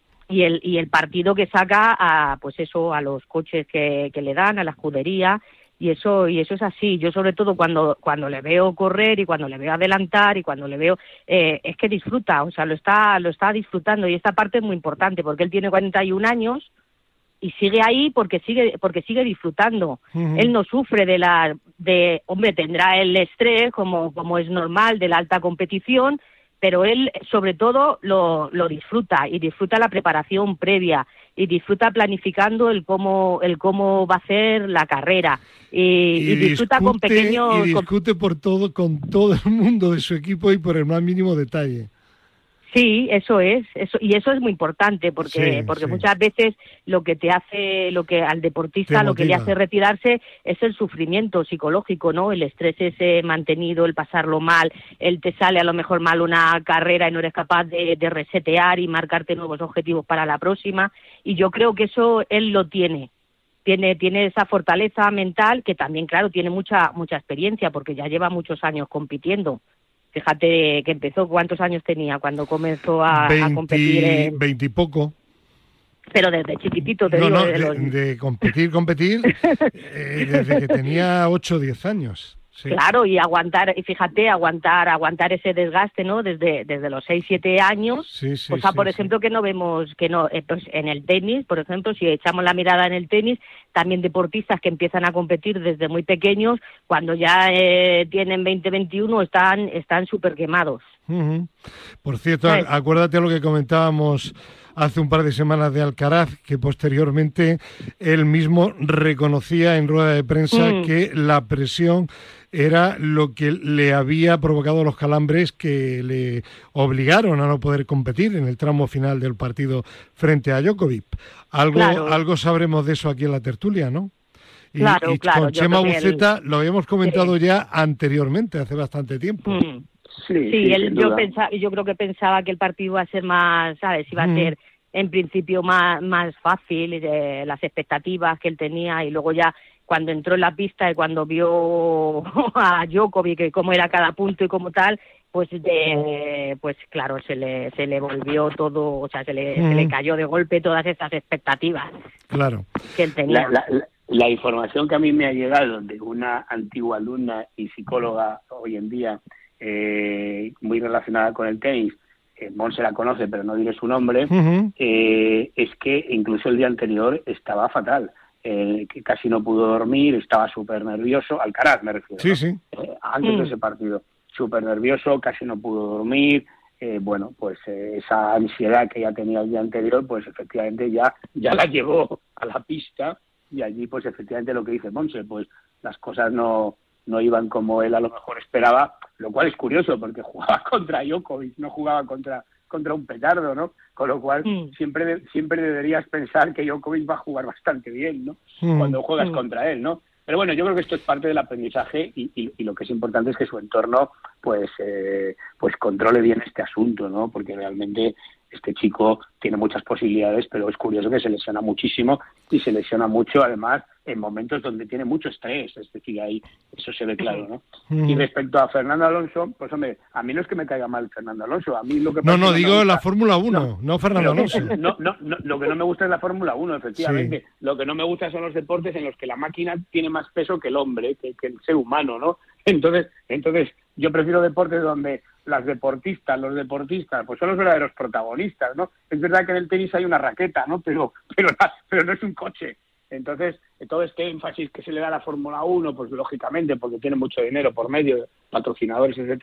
[SPEAKER 4] y el y el partido que saca a pues eso a los coches que, que le dan, a la escudería, y eso y eso es así. Yo sobre todo cuando cuando le veo correr y cuando le veo adelantar y cuando le veo eh, es que disfruta, o sea, lo está lo está disfrutando, y esta parte es muy importante porque él tiene cuarenta y un años y sigue ahí porque sigue porque sigue disfrutando. Uh-huh. Él no sufre de la de hombre, tendrá el estrés como como es normal de la alta competición, pero él sobre todo lo, lo disfruta y disfruta la preparación previa y disfruta planificando el cómo el cómo va a ser la carrera y,
[SPEAKER 2] y,
[SPEAKER 4] y disfruta
[SPEAKER 2] discute,
[SPEAKER 4] con pequeños
[SPEAKER 2] y discute por todo con todo el mundo de su equipo y por el más mínimo detalle.
[SPEAKER 4] Sí, eso es, eso y eso es muy importante porque
[SPEAKER 2] sí,
[SPEAKER 4] porque
[SPEAKER 2] sí.
[SPEAKER 4] muchas veces lo que te hace, lo que al deportista lo que le hace retirarse es el sufrimiento psicológico, ¿no? El estrés ese mantenido, el pasarlo mal, el te sale a lo mejor mal una carrera y no eres capaz de, de resetear y marcarte nuevos objetivos para la próxima, y yo creo que eso él lo tiene. Tiene tiene esa fortaleza mental que también, claro, tiene mucha mucha experiencia porque ya lleva muchos años compitiendo. Fíjate que empezó, ¿cuántos años tenía cuando comenzó a,
[SPEAKER 2] veinte,
[SPEAKER 4] a competir? En...
[SPEAKER 2] veinte y poco.
[SPEAKER 4] Pero desde chiquitito, te
[SPEAKER 2] no,
[SPEAKER 4] digo.
[SPEAKER 2] No,
[SPEAKER 4] de,
[SPEAKER 2] de,
[SPEAKER 4] los...
[SPEAKER 2] de competir, competir, eh, desde que tenía ocho o diez años. Sí.
[SPEAKER 4] Claro, y aguantar, y fíjate, aguantar aguantar ese desgaste, ¿no? Desde desde los seis, siete años.
[SPEAKER 2] Sí, sí,
[SPEAKER 4] cosa,
[SPEAKER 2] sí,
[SPEAKER 4] por
[SPEAKER 2] sí.
[SPEAKER 4] ejemplo, que no vemos, que no, eh, pues en el tenis, por ejemplo, si echamos la mirada en el tenis, también deportistas que empiezan a competir desde muy pequeños, cuando ya eh, tienen veinte, veintiuno, están están súper quemados.
[SPEAKER 2] Uh-huh. Por cierto, ¿sabes? Acuérdate lo que comentábamos hace un par de semanas de Alcaraz, que posteriormente él mismo reconocía en rueda de prensa mm. que la presión era lo que le había provocado los calambres que le obligaron a no poder competir en el tramo final del partido frente a Djokovic. Algo,
[SPEAKER 4] claro.
[SPEAKER 2] algo sabremos de eso aquí en la tertulia, ¿no? Y,
[SPEAKER 4] claro,
[SPEAKER 2] y
[SPEAKER 4] claro.
[SPEAKER 2] con Chema Buceta
[SPEAKER 4] él...
[SPEAKER 2] lo habíamos comentado
[SPEAKER 4] sí.
[SPEAKER 2] ya anteriormente, hace bastante tiempo.
[SPEAKER 4] Mm.
[SPEAKER 3] Sí,
[SPEAKER 4] sí,
[SPEAKER 3] sí
[SPEAKER 4] él, yo, pensaba, yo creo que pensaba que el partido iba a ser más, ¿sabes? Iba mm. a ser en principio más, más fácil, de las expectativas que él tenía, y luego ya cuando entró en la pista y cuando vio a Djokovic y cómo era cada punto y como tal, pues de, pues claro, se le se le volvió todo, o sea, se le, mm. se le cayó de golpe todas esas expectativas
[SPEAKER 2] claro.
[SPEAKER 4] que él tenía.
[SPEAKER 3] La, la, la información que a mí me ha llegado de una antigua alumna y psicóloga hoy en día, eh, muy relacionada con el tenis, eh, Monse la conoce, pero no diré su nombre, uh-huh. eh, es que incluso el día anterior estaba fatal. Eh, que casi no pudo dormir, estaba súper nervioso, Alcaraz me refiero,
[SPEAKER 2] sí,
[SPEAKER 3] ¿no?
[SPEAKER 2] sí.
[SPEAKER 3] Eh, antes mm. de ese partido, súper nervioso, casi no pudo dormir, eh, bueno, pues eh, esa ansiedad que ya tenía el día anterior, pues efectivamente ya, ya la llevó a la pista, y allí pues efectivamente lo que dice Monse, pues las cosas no, no iban como él a lo mejor esperaba, lo cual es curioso porque jugaba contra Djokovic, no jugaba contra contra un petardo, ¿no? Con lo cual mm. siempre siempre deberías pensar que Djokovic va a jugar bastante bien, ¿no? Mm. Cuando juegas mm. contra él, ¿no? Pero bueno, yo creo que esto es parte del aprendizaje y, y, y lo que es importante es que su entorno pues eh, pues controle bien este asunto, ¿no? Porque realmente este chico tiene muchas posibilidades, pero es curioso que se lesiona muchísimo y se lesiona mucho además en momentos donde tiene mucho estrés, es decir, ahí eso se ve claro, ¿no? Mm. Y respecto a Fernando Alonso, pues hombre, a mí no es que me caiga mal Fernando Alonso, a mí lo que
[SPEAKER 2] No, no,
[SPEAKER 3] no
[SPEAKER 2] digo
[SPEAKER 3] gusta,
[SPEAKER 2] la Fórmula uno, no, no Fernando Alonso.
[SPEAKER 3] No, no, no, lo que no me gusta es la Fórmula uno, efectivamente. Sí. Lo que no me gusta son los deportes en los que la máquina tiene más peso que el hombre, que, que el ser humano, ¿no? Entonces, entonces yo prefiero deportes donde las deportistas, los deportistas, pues son los verdaderos protagonistas, ¿no? Es verdad que en el tenis hay una raqueta, ¿no? Pero, pero, pero no es un coche. Entonces, todo este énfasis que se le da a la Fórmula uno, pues lógicamente, porque tiene mucho dinero por medio, patrocinadores, etcétera,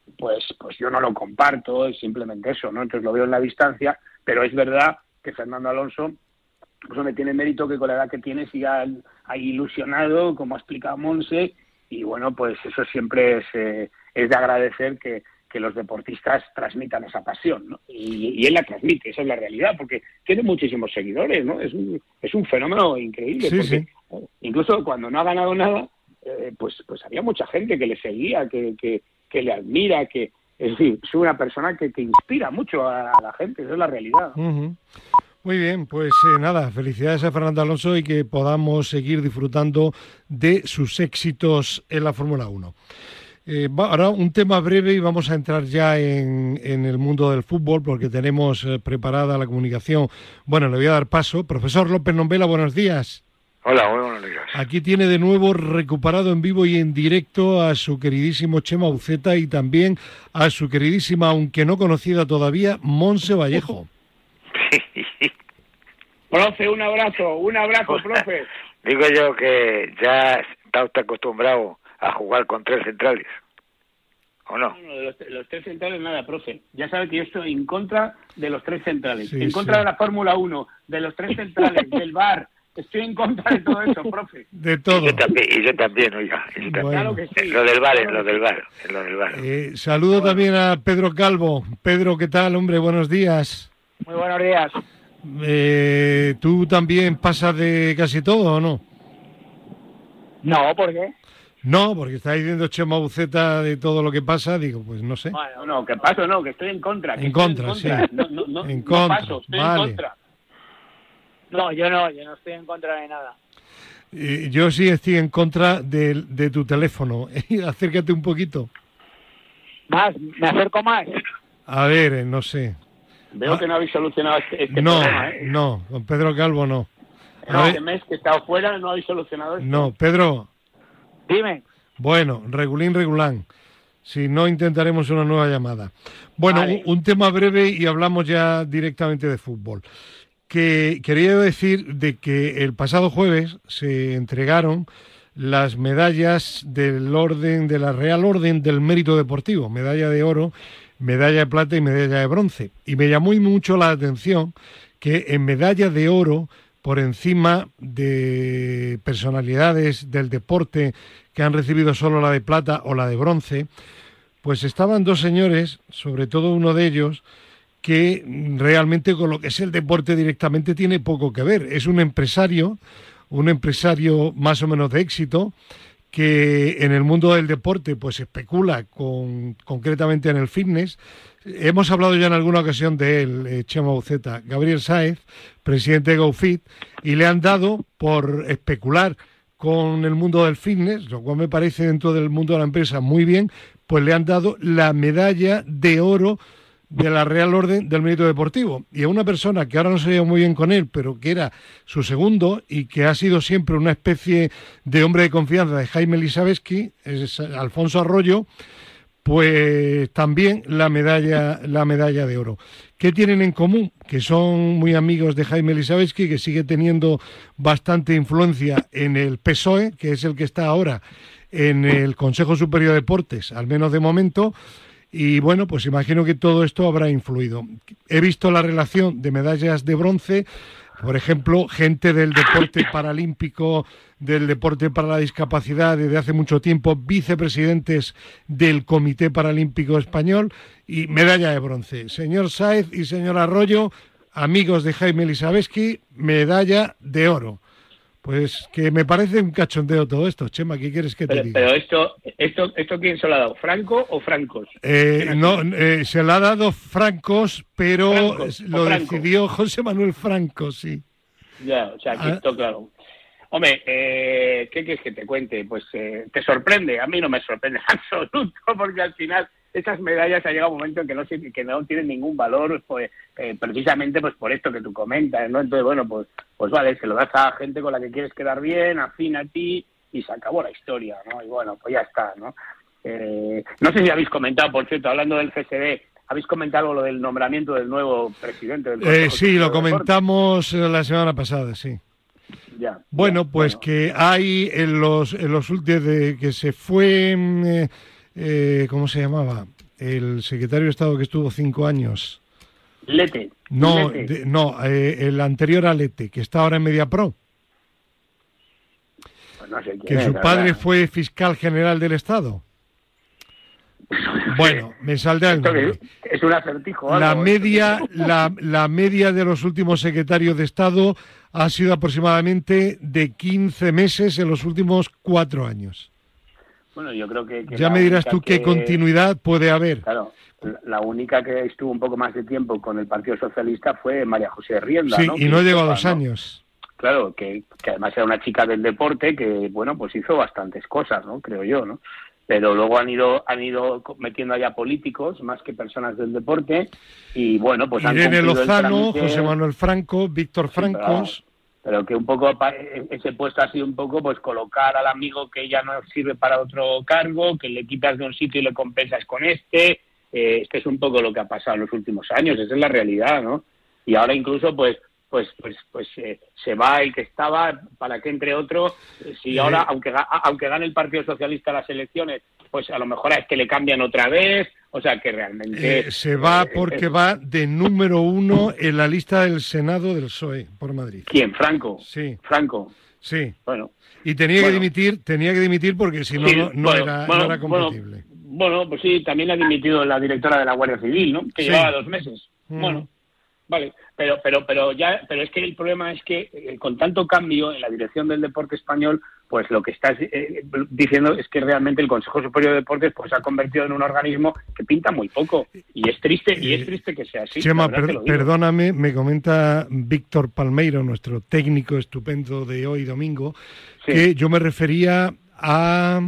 [SPEAKER 3] pues, pues yo no lo comparto, es simplemente eso, ¿no? Entonces lo veo en la distancia, pero es verdad que Fernando Alonso, pues me tiene mérito que con la edad que tiene siga ahí ilusionado, como ha explicado Monse, y bueno, pues eso siempre es, eh, es de agradecer que, que los deportistas transmitan esa pasión, ¿no? Y, y él la transmite, esa es la realidad, porque tiene muchísimos seguidores, ¿no? Es un, es un fenómeno increíble,
[SPEAKER 2] sí,
[SPEAKER 3] porque
[SPEAKER 2] sí.
[SPEAKER 3] incluso cuando no ha ganado nada, eh, pues, pues había mucha gente que le seguía, que, que, que le admira, que es decir, es una persona que, que inspira mucho a, a la gente, esa es la realidad.
[SPEAKER 2] Uh-huh. Muy bien, pues eh, nada, felicidades a Fernando Alonso y que podamos seguir disfrutando de sus éxitos en la Fórmula uno. Eh, va, ahora un tema breve y vamos a entrar ya en, en el mundo del fútbol porque tenemos eh, preparada la comunicación. Bueno, le voy a dar paso. Profesor López Nombela, buenos días.
[SPEAKER 5] Hola, muy buenos días.
[SPEAKER 2] Aquí tiene de nuevo recuperado en vivo y en directo a su queridísimo Chema Uceta y también a su queridísima, aunque no conocida todavía, Monse Vallejo.
[SPEAKER 3] Profe, un abrazo, un abrazo, profe.
[SPEAKER 5] Digo yo que ya está usted acostumbrado a jugar con tres centrales, ¿o no?
[SPEAKER 3] No, no, de los, los tres centrales nada, profe. Ya sabe que yo estoy en contra de los tres centrales,
[SPEAKER 2] Sí,
[SPEAKER 3] en contra
[SPEAKER 2] sí.
[SPEAKER 3] de la Fórmula uno, de los tres centrales, del V A R. Estoy en contra de todo eso, profe.
[SPEAKER 2] De todo.
[SPEAKER 5] Y yo también, y yo también oiga. Y yo también.
[SPEAKER 2] Bueno.
[SPEAKER 3] Claro que sí.
[SPEAKER 5] Lo del bar,
[SPEAKER 3] Claro
[SPEAKER 5] lo
[SPEAKER 3] que
[SPEAKER 5] del
[SPEAKER 3] sí.
[SPEAKER 5] bar, lo del bar.
[SPEAKER 2] Eh, saludo
[SPEAKER 3] Bueno.
[SPEAKER 2] también a Pedro Calvo. Pedro, ¿qué tal, hombre? Buenos días.
[SPEAKER 6] Muy buenos días.
[SPEAKER 2] Eh, ¿Tú también pasas de casi todo o no?
[SPEAKER 6] No, ¿por qué?
[SPEAKER 2] No, porque está diciendo Chema Uceta de todo lo que pasa, digo, pues no sé.
[SPEAKER 3] No, no, que paso no, que estoy en contra. que
[SPEAKER 2] En
[SPEAKER 3] estoy
[SPEAKER 2] contra, sí.
[SPEAKER 3] No, no, no,
[SPEAKER 2] En
[SPEAKER 3] no
[SPEAKER 2] contra,
[SPEAKER 3] paso, estoy
[SPEAKER 2] vale.
[SPEAKER 3] en contra.
[SPEAKER 6] No, yo no, yo no estoy en contra de nada.
[SPEAKER 2] Eh, yo sí estoy en contra de, de tu teléfono. Acércate un poquito.
[SPEAKER 6] Más, me acerco más.
[SPEAKER 2] A ver, eh, no sé.
[SPEAKER 3] Veo
[SPEAKER 2] Ah.
[SPEAKER 3] que no habéis solucionado este, este
[SPEAKER 2] No,
[SPEAKER 3] problema, ¿eh?
[SPEAKER 2] no, con Pedro Calvo no.
[SPEAKER 3] En
[SPEAKER 2] A
[SPEAKER 3] este
[SPEAKER 2] ver,
[SPEAKER 3] mes que he estado fuera no habéis solucionado esto.
[SPEAKER 2] no, Pedro,
[SPEAKER 6] Dime.
[SPEAKER 2] bueno, regulín, regulán. Si no, intentaremos una nueva llamada. Bueno,
[SPEAKER 3] Vale.
[SPEAKER 2] un, un tema breve y hablamos ya directamente de fútbol. Que quería decir de que el pasado jueves se entregaron las medallas del orden, de la Real Orden del Mérito Deportivo, medalla de oro, medalla de plata y medalla de bronce. Y me llamó mucho la atención que en medalla de oro, por encima de personalidades del deporte que han recibido solo la de plata o la de bronce, pues estaban dos señores, sobre todo uno de ellos, que realmente con lo que es el deporte directamente tiene poco que ver. Es un empresario, un empresario más o menos de éxito, que en el mundo del deporte pues especula con, concretamente en el fitness. Hemos hablado ya en alguna ocasión de él, eh, Chema Uceta, Gabriel Sáez, presidente de GoFit, y le han dado por especular con el mundo del fitness, lo cual me parece dentro del mundo de la empresa muy bien, pues le han dado la medalla de oro de la Real Orden del Mérito Deportivo. Y a una persona que ahora no se lleva muy bien con él, pero que era su segundo y que ha sido siempre una especie de hombre de confianza de Jaime Lisabeski, es Alfonso Arroyo, pues también la medalla, la medalla de oro. ¿Qué tienen en común? Que son muy amigos de Jaime Lisabeski, que sigue teniendo bastante influencia en el P S O E, que es el que está ahora en el Consejo Superior de Deportes, al menos de momento. Y bueno, pues imagino que todo esto habrá influido. He visto la relación de medallas de bronce, por ejemplo, gente del deporte paralímpico, del deporte para la discapacidad desde hace mucho tiempo, vicepresidentes del Comité Paralímpico Español y medalla de bronce. Señor Sáez y señor Arroyo, amigos de Jaime Lisabeski, medalla de oro. Pues que me parece un cachondeo todo esto, Chema, ¿qué quieres que te
[SPEAKER 3] Pero,
[SPEAKER 2] diga?
[SPEAKER 3] pero esto, esto, esto ¿quién se lo ha dado? ¿Franco o Francos?
[SPEAKER 2] Eh, no, eh, se le ha dado Francos, pero
[SPEAKER 3] Francos,
[SPEAKER 2] lo
[SPEAKER 3] o Franco.
[SPEAKER 2] decidió José Manuel Franco, sí.
[SPEAKER 3] Ya, o sea, aquí
[SPEAKER 2] Ah.
[SPEAKER 3] esto claro. Hombre, eh, ¿qué quieres que te cuente? Pues eh, te sorprende, a mí no me sorprende en absoluto, porque al final esas medallas ha llegado un momento en que no se- que no tienen ningún valor, pues eh, precisamente pues por esto que tú comentas, ¿no? Entonces, bueno, pues pues vale, se lo das a gente con la que quieres quedar bien, afín a ti, y se acabó la historia, ¿no? Y bueno, pues ya está, ¿no? Eh, no sé si habéis comentado, por cierto, hablando del F S D, ¿habéis comentado lo del nombramiento del nuevo presidente del
[SPEAKER 2] Eh,
[SPEAKER 3] Consejo
[SPEAKER 2] sí,
[SPEAKER 3] Superior
[SPEAKER 2] lo
[SPEAKER 3] de Deportes?
[SPEAKER 2] comentamos eh, la semana pasada, sí.
[SPEAKER 3] Ya,
[SPEAKER 2] Bueno,
[SPEAKER 3] ya,
[SPEAKER 2] pues
[SPEAKER 3] bueno.
[SPEAKER 2] que hay en los en los últimos de que se fue, mm, eh, eh, ¿cómo se llamaba? el secretario de Estado que estuvo cinco años.
[SPEAKER 3] Lete.
[SPEAKER 2] No,
[SPEAKER 3] Lete.
[SPEAKER 2] de, no, eh, el anterior a Lete, que está ahora en Mediapro.
[SPEAKER 3] Pues no sé quién
[SPEAKER 2] Que
[SPEAKER 3] es,
[SPEAKER 2] su
[SPEAKER 3] la
[SPEAKER 2] padre
[SPEAKER 3] verdad.
[SPEAKER 2] fue fiscal general del Estado. Bueno, me saldrá el
[SPEAKER 3] Esto
[SPEAKER 2] nombre.
[SPEAKER 3] es, es un acertijo.
[SPEAKER 2] La
[SPEAKER 3] algo,
[SPEAKER 2] media,
[SPEAKER 3] esto.
[SPEAKER 2] la, la media de los últimos secretarios de Estado ha sido aproximadamente de quince meses en los últimos cuatro años.
[SPEAKER 3] Bueno, yo creo que... que
[SPEAKER 2] Ya
[SPEAKER 3] la
[SPEAKER 2] me dirás
[SPEAKER 3] única
[SPEAKER 2] tú qué
[SPEAKER 3] que-
[SPEAKER 2] continuidad puede haber.
[SPEAKER 3] Claro, la- la única que estuvo un poco más de tiempo con el Partido Socialista fue María José Rienda,
[SPEAKER 2] Sí,
[SPEAKER 3] ¿no?
[SPEAKER 2] y
[SPEAKER 3] Que
[SPEAKER 2] no llegó a
[SPEAKER 3] sepa,
[SPEAKER 2] dos
[SPEAKER 3] ¿no?
[SPEAKER 2] años.
[SPEAKER 3] Claro, que, que además era una chica del deporte que, bueno, pues hizo bastantes cosas, ¿no? Creo yo, ¿no? Pero luego han ido han ido metiendo allá políticos más que personas del deporte y, bueno, pues han
[SPEAKER 2] Irene
[SPEAKER 3] cumplido el
[SPEAKER 2] Lozano,
[SPEAKER 3] trámite.
[SPEAKER 2] José Manuel Franco, Víctor
[SPEAKER 3] Sí, pero,
[SPEAKER 2] Francos.
[SPEAKER 3] pero que un poco pa- ese puesto ha sido un poco pues colocar al amigo que ya no sirve para otro cargo, que le quitas de un sitio y le compensas con este. Eh, este es un poco lo que ha pasado en los últimos años, esa es la realidad, ¿no? Y ahora incluso pues pues pues pues eh, se va el que estaba para que entre otro. Eh, si
[SPEAKER 2] Eh.
[SPEAKER 3] ahora aunque ga- aunque gane el Partido Socialista las elecciones, pues a lo mejor es que le cambian otra vez, o sea que realmente
[SPEAKER 2] Eh, se va
[SPEAKER 3] eh,
[SPEAKER 2] porque
[SPEAKER 3] eh,
[SPEAKER 2] va de número uno en la lista del Senado del P S O E por Madrid.
[SPEAKER 3] ¿quién? Franco.
[SPEAKER 2] Sí,
[SPEAKER 3] Franco.
[SPEAKER 2] sí.
[SPEAKER 3] Bueno.
[SPEAKER 2] Y tenía
[SPEAKER 3] Bueno.
[SPEAKER 2] que dimitir, tenía que dimitir porque si no,
[SPEAKER 3] Sí,
[SPEAKER 2] no, no
[SPEAKER 3] bueno,
[SPEAKER 2] era,
[SPEAKER 3] bueno,
[SPEAKER 2] no era compatible.
[SPEAKER 3] Bueno, bueno, pues sí, también ha dimitido la directora de la Guardia Civil, ¿no? Que
[SPEAKER 2] Sí.
[SPEAKER 3] llevaba dos meses.
[SPEAKER 2] Mm.
[SPEAKER 3] Bueno, vale, pero pero pero ya pero es que el problema es que eh, con tanto cambio en la dirección del deporte español, pues lo que estás eh, diciendo es que realmente el Consejo Superior de Deportes pues se ha convertido en un organismo que pinta muy poco y es triste y es triste que sea así.
[SPEAKER 2] Chema,
[SPEAKER 3] la verdad
[SPEAKER 2] per-
[SPEAKER 3] te lo digo.
[SPEAKER 2] perdóname, me comenta Víctor Palmeiro, nuestro técnico estupendo de hoy domingo,
[SPEAKER 3] Sí.
[SPEAKER 2] que yo me refería a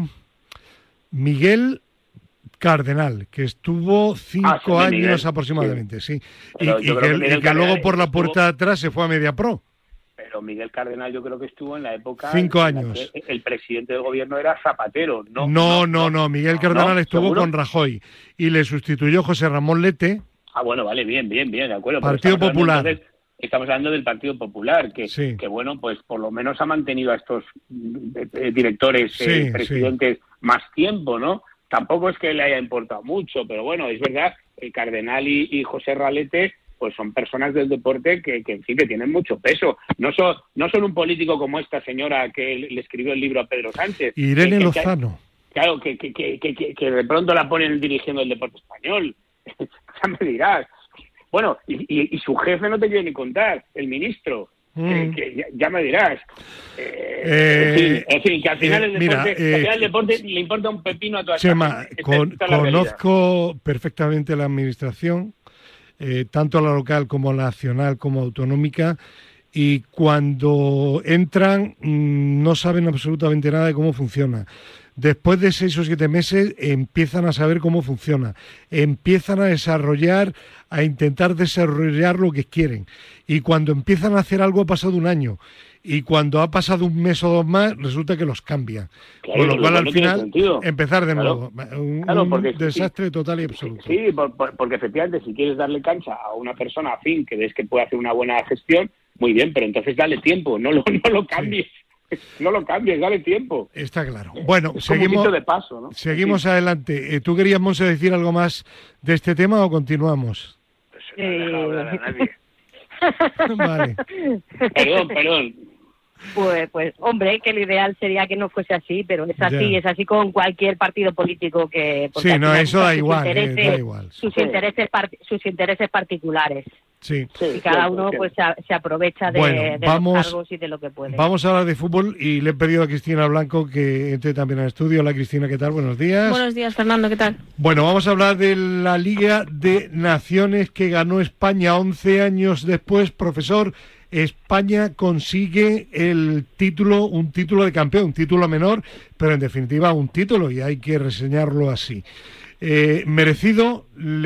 [SPEAKER 2] Miguel Cardenal, que estuvo cinco
[SPEAKER 3] Ah, sí,
[SPEAKER 2] años
[SPEAKER 3] Miguel,
[SPEAKER 2] aproximadamente, sí. Y,
[SPEAKER 3] Pero
[SPEAKER 2] y
[SPEAKER 3] yo
[SPEAKER 2] que,
[SPEAKER 3] creo que
[SPEAKER 2] y
[SPEAKER 3] Miguel
[SPEAKER 2] que luego
[SPEAKER 3] Cardenal
[SPEAKER 2] por la
[SPEAKER 3] estuvo-
[SPEAKER 2] puerta de atrás se fue a Mediapro.
[SPEAKER 3] Pero Miguel Cardenal yo creo que estuvo en la época
[SPEAKER 2] Cinco
[SPEAKER 3] en la
[SPEAKER 2] años.
[SPEAKER 3] que el presidente del gobierno era Zapatero, ¿no?
[SPEAKER 2] No, no, no, Miguel Cardenal
[SPEAKER 3] ¿no?
[SPEAKER 2] estuvo
[SPEAKER 3] ¿Seguro?
[SPEAKER 2] con Rajoy y le sustituyó José Ramón Lete.
[SPEAKER 3] Ah, bueno, vale, bien, bien, bien, de acuerdo. pero
[SPEAKER 2] Partido
[SPEAKER 3] estamos hablando,
[SPEAKER 2] Popular.
[SPEAKER 3] entonces, estamos hablando del Partido Popular, que,
[SPEAKER 2] Sí.
[SPEAKER 3] que bueno, pues por lo menos ha mantenido a estos mm, eh, directores,
[SPEAKER 2] Sí,
[SPEAKER 3] eh,
[SPEAKER 2] sí.
[SPEAKER 3] presidentes más tiempo, ¿no? Tampoco es que le haya importado mucho, pero bueno, es verdad, el Cardenal y, y José Ralete pues son personas del deporte que, que en fin, que tienen mucho peso. No son, no son un político como esta señora que le le escribió el libro a Pedro Sánchez.
[SPEAKER 2] Irene
[SPEAKER 3] que- que-
[SPEAKER 2] Lozano.
[SPEAKER 3] Claro, que, que, que, que, que- que de pronto la ponen dirigiendo el deporte español. Ya me dirás. Bueno, y, y, y su jefe no te quiere ni contar, el ministro.
[SPEAKER 2] Mm.
[SPEAKER 3] Que, que ya, ya me dirás. Eh,
[SPEAKER 2] Eh,
[SPEAKER 3] en, fin, en fin, que al final,
[SPEAKER 2] eh,
[SPEAKER 3] el,
[SPEAKER 2] mira,
[SPEAKER 3] deporte, que al
[SPEAKER 2] eh,
[SPEAKER 3] final el deporte le importa un pepino a toda esta
[SPEAKER 2] Chema,
[SPEAKER 3] gente. Esta-
[SPEAKER 2] con-
[SPEAKER 3] esta es la realidad.
[SPEAKER 2] conozco perfectamente la administración, eh, tanto la local como la nacional como autonómica, y cuando entran mm, no saben absolutamente nada de cómo funciona. Después de seis o siete meses empiezan a saber cómo funciona, empiezan a desarrollar, a intentar desarrollar lo que quieren. Y cuando empiezan a hacer algo ha pasado un año. Y cuando ha pasado un mes o dos más, resulta que los cambian.
[SPEAKER 3] Claro,
[SPEAKER 2] Con lo
[SPEAKER 3] lo
[SPEAKER 2] cual,
[SPEAKER 3] cual
[SPEAKER 2] al
[SPEAKER 3] no tiene
[SPEAKER 2] final,
[SPEAKER 3] sentido.
[SPEAKER 2] empezar de
[SPEAKER 3] Claro.
[SPEAKER 2] nuevo. Un,
[SPEAKER 3] Claro,
[SPEAKER 2] un
[SPEAKER 3] porque-
[SPEAKER 2] desastre total y absoluto.
[SPEAKER 3] Sí, por- por- porque efectivamente si quieres darle cancha a una persona afín que ves que puede hacer una buena gestión, muy bien, pero entonces dale tiempo, no lo, no lo cambies. No lo cambies, dale tiempo.
[SPEAKER 2] Está claro. Bueno,
[SPEAKER 3] Es como un
[SPEAKER 2] seguimos,
[SPEAKER 3] hito de paso, ¿no?
[SPEAKER 2] seguimos adelante. Eh, ¿Tú querías, Monse, decir algo más de este tema o continuamos?
[SPEAKER 5] Pues se no ha dejado hablar a nadie.
[SPEAKER 2] Vale.
[SPEAKER 3] Perdón, perdón.
[SPEAKER 4] Pues, pues, hombre, que lo ideal sería que no fuese así, pero es así,
[SPEAKER 2] Ya.
[SPEAKER 4] es así con cualquier partido político que... porque
[SPEAKER 2] Sí,
[SPEAKER 4] al
[SPEAKER 2] no,
[SPEAKER 4] final
[SPEAKER 2] eso
[SPEAKER 4] busca
[SPEAKER 2] da
[SPEAKER 4] sus
[SPEAKER 2] igual, eh,
[SPEAKER 4] intereses-
[SPEAKER 2] da igual.
[SPEAKER 4] Sus
[SPEAKER 3] Sí.
[SPEAKER 4] intereses, par- sus intereses particulares.
[SPEAKER 2] Sí.
[SPEAKER 3] Sí,
[SPEAKER 4] Y cada
[SPEAKER 3] cierto,
[SPEAKER 4] uno
[SPEAKER 3] cierto.
[SPEAKER 4] pues se, se aprovecha de,
[SPEAKER 2] Bueno,
[SPEAKER 4] de
[SPEAKER 2] vamos-
[SPEAKER 4] los cargos y de lo que puede.
[SPEAKER 2] Vamos a hablar de fútbol y le he pedido a Cristina Blanco que entre también al estudio. Hola, Cristina, ¿qué tal? Buenos días.
[SPEAKER 7] Buenos días, Fernando, ¿qué tal?
[SPEAKER 2] Bueno, vamos a hablar de la Liga de Naciones que ganó España once años después. Profesor, España consigue el título, un título de campeón, un título menor, pero en definitiva un título y hay que reseñarlo así. Eh, ¿Merecido?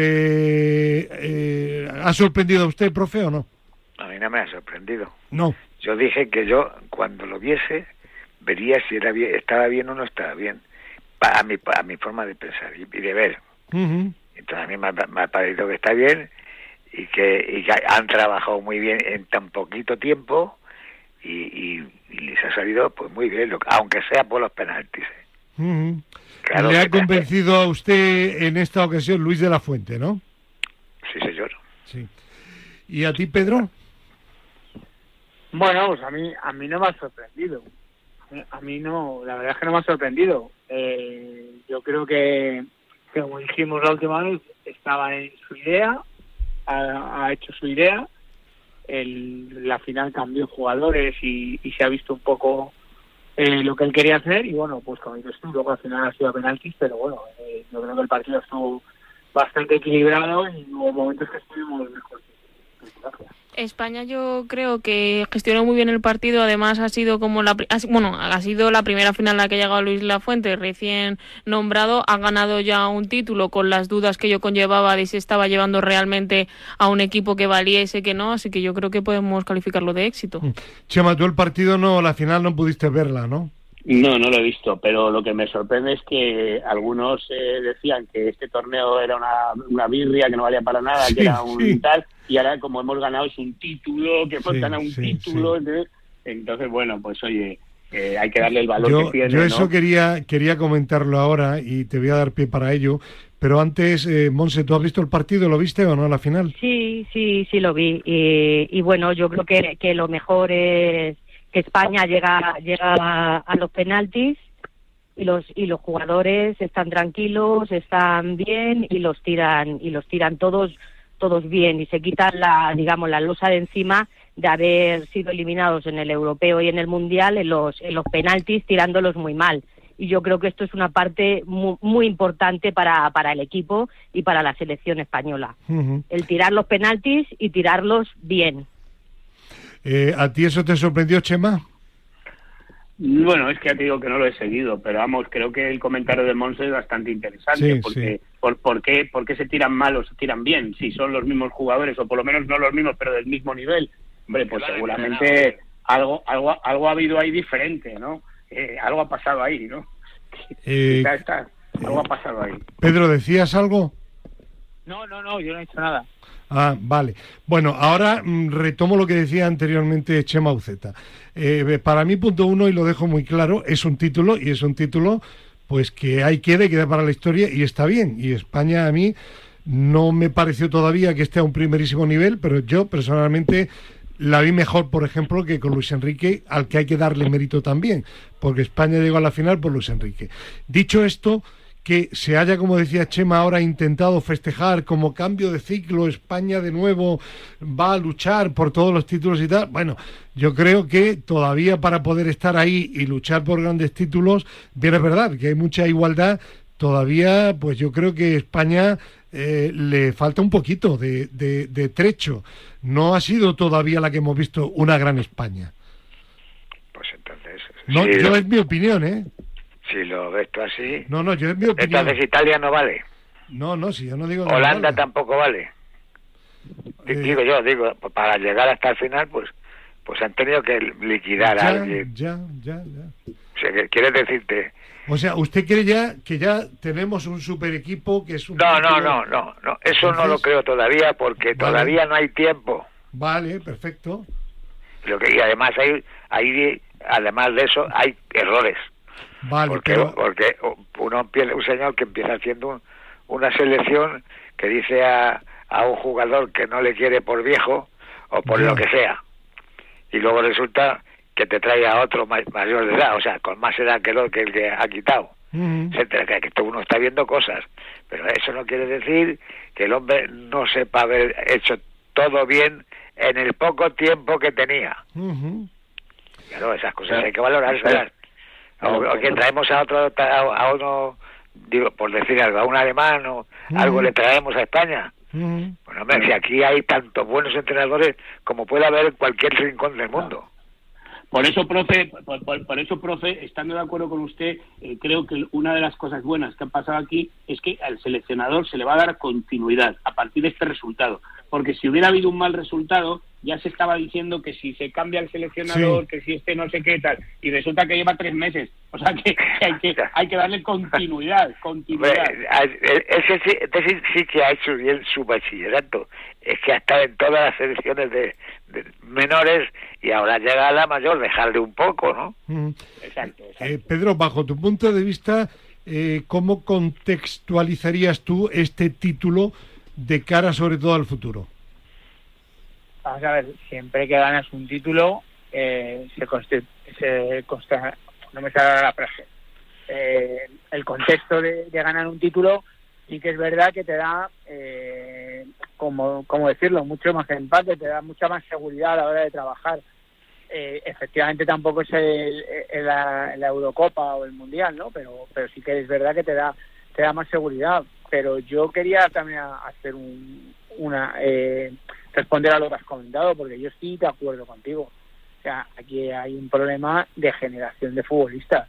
[SPEAKER 2] ¿Le eh, ha sorprendido a usted, profe, o no?
[SPEAKER 5] A mí no me ha sorprendido.
[SPEAKER 2] No.
[SPEAKER 5] Yo dije que yo, cuando lo viese, vería si era bien, estaba bien o no estaba bien. Pa- A mi, a mi forma de pensar y, y de ver.
[SPEAKER 2] Ujú.
[SPEAKER 5] Entonces a mí me ha, me ha parecido que está bien y que, y que han trabajado muy bien en tan poquito tiempo y, y, y les ha salido pues muy bien, lo- aunque sea por los penaltis. ¿eh?
[SPEAKER 2] Ujú.
[SPEAKER 5] Claro
[SPEAKER 2] Le ha
[SPEAKER 5] que te-
[SPEAKER 2] convencido a usted en esta ocasión Luis de la Fuente, ¿no?
[SPEAKER 5] Sí, señor.
[SPEAKER 2] Sí. ¿Y a ti, Pedro?
[SPEAKER 6] Bueno, pues a mí, a mí no me ha sorprendido. A mí- A mí no, la verdad es que no me ha sorprendido. Eh, yo creo que, que, como dijimos la última vez, estaba en su idea, ha, ha hecho su idea. El, la final cambió jugadores y, y se ha visto un poco eh, lo que él quería hacer. Y bueno, pues como dices tú, luego al final ha sido a penaltis, pero bueno, eh, yo creo que el partido estuvo bastante equilibrado y hubo momentos que estuvimos mejor.
[SPEAKER 7] España yo creo que gestionó muy bien el partido, además ha sido como la pri- ha si- bueno, ha sido la primera final a la que ha llegado Luis Lafuente, recién nombrado, ha ganado ya un título con las dudas que yo conllevaba de si estaba llevando realmente a un equipo que valiese que no, así que yo creo que podemos calificarlo de éxito.
[SPEAKER 2] Chema, tú el partido no, la final no pudiste verla, ¿no?
[SPEAKER 3] No, no lo he visto, pero lo que me sorprende es que algunos eh, decían que este torneo era una, una birria, que no valía para nada,
[SPEAKER 2] Sí,
[SPEAKER 3] que era un
[SPEAKER 2] sí.
[SPEAKER 3] tal, y ahora como hemos ganado es un título, que hemos
[SPEAKER 2] Sí,
[SPEAKER 3] ganado un
[SPEAKER 2] sí,
[SPEAKER 3] título,
[SPEAKER 2] sí.
[SPEAKER 3] entonces, entonces, bueno, pues oye, eh, hay que darle el valor
[SPEAKER 2] Yo,
[SPEAKER 3] que tiene,
[SPEAKER 2] yo
[SPEAKER 3] ¿no?
[SPEAKER 2] eso quería, quería comentarlo ahora y te voy a dar pie para ello, pero antes, eh, Monse, ¿tú has visto el partido? ¿Lo viste o no, la final?
[SPEAKER 4] Sí, sí, sí lo vi. Y, y bueno, yo creo que, que lo mejor es que España llega, llega a, a los penaltis y los y los jugadores están tranquilos, están bien y los tiran y los tiran todos todos bien y se quitan la digamos la losa de encima de haber sido eliminados en el europeo y en el mundial en los en los penaltis tirándolos muy mal. Y yo creo que esto es una parte muy, muy importante para, para el equipo y para la selección española.
[SPEAKER 2] Uh-huh.
[SPEAKER 4] El tirar los penaltis y tirarlos bien.
[SPEAKER 2] Eh, ¿A ti eso te sorprendió, Chema?
[SPEAKER 3] Bueno, es que ya te digo que no lo he seguido, pero vamos, creo que el comentario de Monse es bastante interesante,
[SPEAKER 2] Sí,
[SPEAKER 3] porque
[SPEAKER 2] sí.
[SPEAKER 3] Por, por, qué, ¿por qué se tiran mal o se tiran bien? Si son los mismos jugadores, o por lo menos no los mismos, pero del mismo nivel. Hombre, pues seguramente algo algo algo ha habido ahí diferente, ¿no? Eh, algo ha pasado ahí, ¿no?
[SPEAKER 2] Eh,
[SPEAKER 3] Está, está, algo ha pasado ahí.
[SPEAKER 2] Pedro, ¿decías algo?
[SPEAKER 6] No, no, no, yo no he hecho nada.
[SPEAKER 2] Ah, vale. Bueno, ahora mm, retomo lo que decía anteriormente Chema Uceta. Eh, para mí, punto uno, y lo dejo muy claro, es un título, y es un título pues que ahí queda y queda para la historia, y está bien. Y España a mí no me pareció todavía que esté a un primerísimo nivel, pero yo personalmente la vi mejor, por ejemplo, que con Luis Enrique, al que hay que darle mérito también, porque España llegó a la final por Luis Enrique. Dicho esto, que se haya, como decía Chema, ahora intentado festejar como cambio de ciclo, España de nuevo va a luchar por todos los títulos y tal. Bueno, yo creo que todavía para poder estar ahí y luchar por grandes títulos, bien es verdad que hay mucha igualdad, todavía pues yo creo que España eh, le falta un poquito de, de, de trecho. No ha sido todavía la que hemos visto una gran España.
[SPEAKER 5] Pues entonces...
[SPEAKER 2] No,
[SPEAKER 5] si
[SPEAKER 2] yo
[SPEAKER 5] lo,
[SPEAKER 2] es mi opinión, ¿eh?
[SPEAKER 5] si lo ves tú así...
[SPEAKER 2] No, no, yo es mi opinión.
[SPEAKER 5] Entonces Italia no vale.
[SPEAKER 2] No, no, si yo no digo que no
[SPEAKER 5] Holanda
[SPEAKER 2] valga.
[SPEAKER 5] tampoco vale.
[SPEAKER 2] Eh,
[SPEAKER 5] Digo yo, digo, para llegar hasta el final, pues pues han tenido que liquidar a
[SPEAKER 2] ya,
[SPEAKER 5] alguien.
[SPEAKER 2] ya, ya, ya.
[SPEAKER 5] O sea, que quiere decirte...
[SPEAKER 2] O sea, ¿usted cree ya que ya tenemos un super equipo que es un...
[SPEAKER 5] No, no,
[SPEAKER 2] título?
[SPEAKER 5] no, no, no, eso no lo
[SPEAKER 2] Entonces-
[SPEAKER 5] creo todavía porque
[SPEAKER 2] Vale.
[SPEAKER 5] todavía no hay tiempo.
[SPEAKER 2] Vale, perfecto.
[SPEAKER 5] Lo que, y además hay, hay, además de eso, hay errores.
[SPEAKER 2] Vale,
[SPEAKER 5] porque
[SPEAKER 2] pero...
[SPEAKER 5] porque uno empieza, un señor que empieza haciendo un- una selección que dice a, a un jugador que no le quiere por viejo o por
[SPEAKER 2] Ya.
[SPEAKER 5] lo que sea, y luego resulta que te trae a otro ma- mayor de edad, o sea, con más edad que el, que, el que ha quitado,
[SPEAKER 2] Ujú.
[SPEAKER 5] etcétera, que, que uno está viendo cosas, pero eso no quiere decir que el hombre no sepa haber hecho todo bien en el poco tiempo que tenía.
[SPEAKER 2] Ujú.
[SPEAKER 5] Claro, esas cosas
[SPEAKER 3] Claro.
[SPEAKER 5] hay que valorarlas. O, o que traemos a otro, a, a uno, digo, por decir algo, a un alemán o
[SPEAKER 2] Ujú.
[SPEAKER 5] algo le traemos a España.
[SPEAKER 2] Ujú.
[SPEAKER 5] Bueno, hombre, si aquí hay tantos buenos entrenadores como puede haber en cualquier rincón del mundo.
[SPEAKER 3] Por eso, profe, por, por- por eso, profe, estando de acuerdo con usted, eh, creo que una de las cosas buenas que han pasado aquí es que al seleccionador se le va a dar continuidad a partir de este resultado. Porque si hubiera habido un mal resultado, ya se estaba diciendo que si se cambia el seleccionador,
[SPEAKER 2] Sí.
[SPEAKER 3] que si este no sé qué tal, y resulta que lleva tres meses. O sea que, que hay que hay que darle continuidad,
[SPEAKER 5] Hombre,
[SPEAKER 3] continuidad.
[SPEAKER 5] a- e- ese sí, este sí, sí que ha hecho bien su bachillerato. Es que ha estado en todas las selecciones de, de menores y ahora llega a la mayor, dejarle un poco, ¿no?
[SPEAKER 2] Ujú.
[SPEAKER 3] Exacto, exacto.
[SPEAKER 2] Eh, Pedro, bajo tu punto de vista, eh, ¿cómo contextualizarías tú este título de cara sobre todo al futuro?
[SPEAKER 6] Vamos a ver, siempre que ganas un título, eh, se, const- se consta, no me sale la frase, eh, el contexto de, de ganar un título sí que es verdad que te da, eh, como, como decirlo, mucho más empate, te da mucha más seguridad a la hora de trabajar. Eh, efectivamente tampoco es el, el, la, la Eurocopa o el Mundial, ¿no? Pero, pero sí que es verdad que te da, te da más seguridad. Pero yo quería también hacer un, una... Eh, responder a lo que has comentado, porque yo estoy de acuerdo contigo. O sea, aquí hay un problema de generación de futbolistas.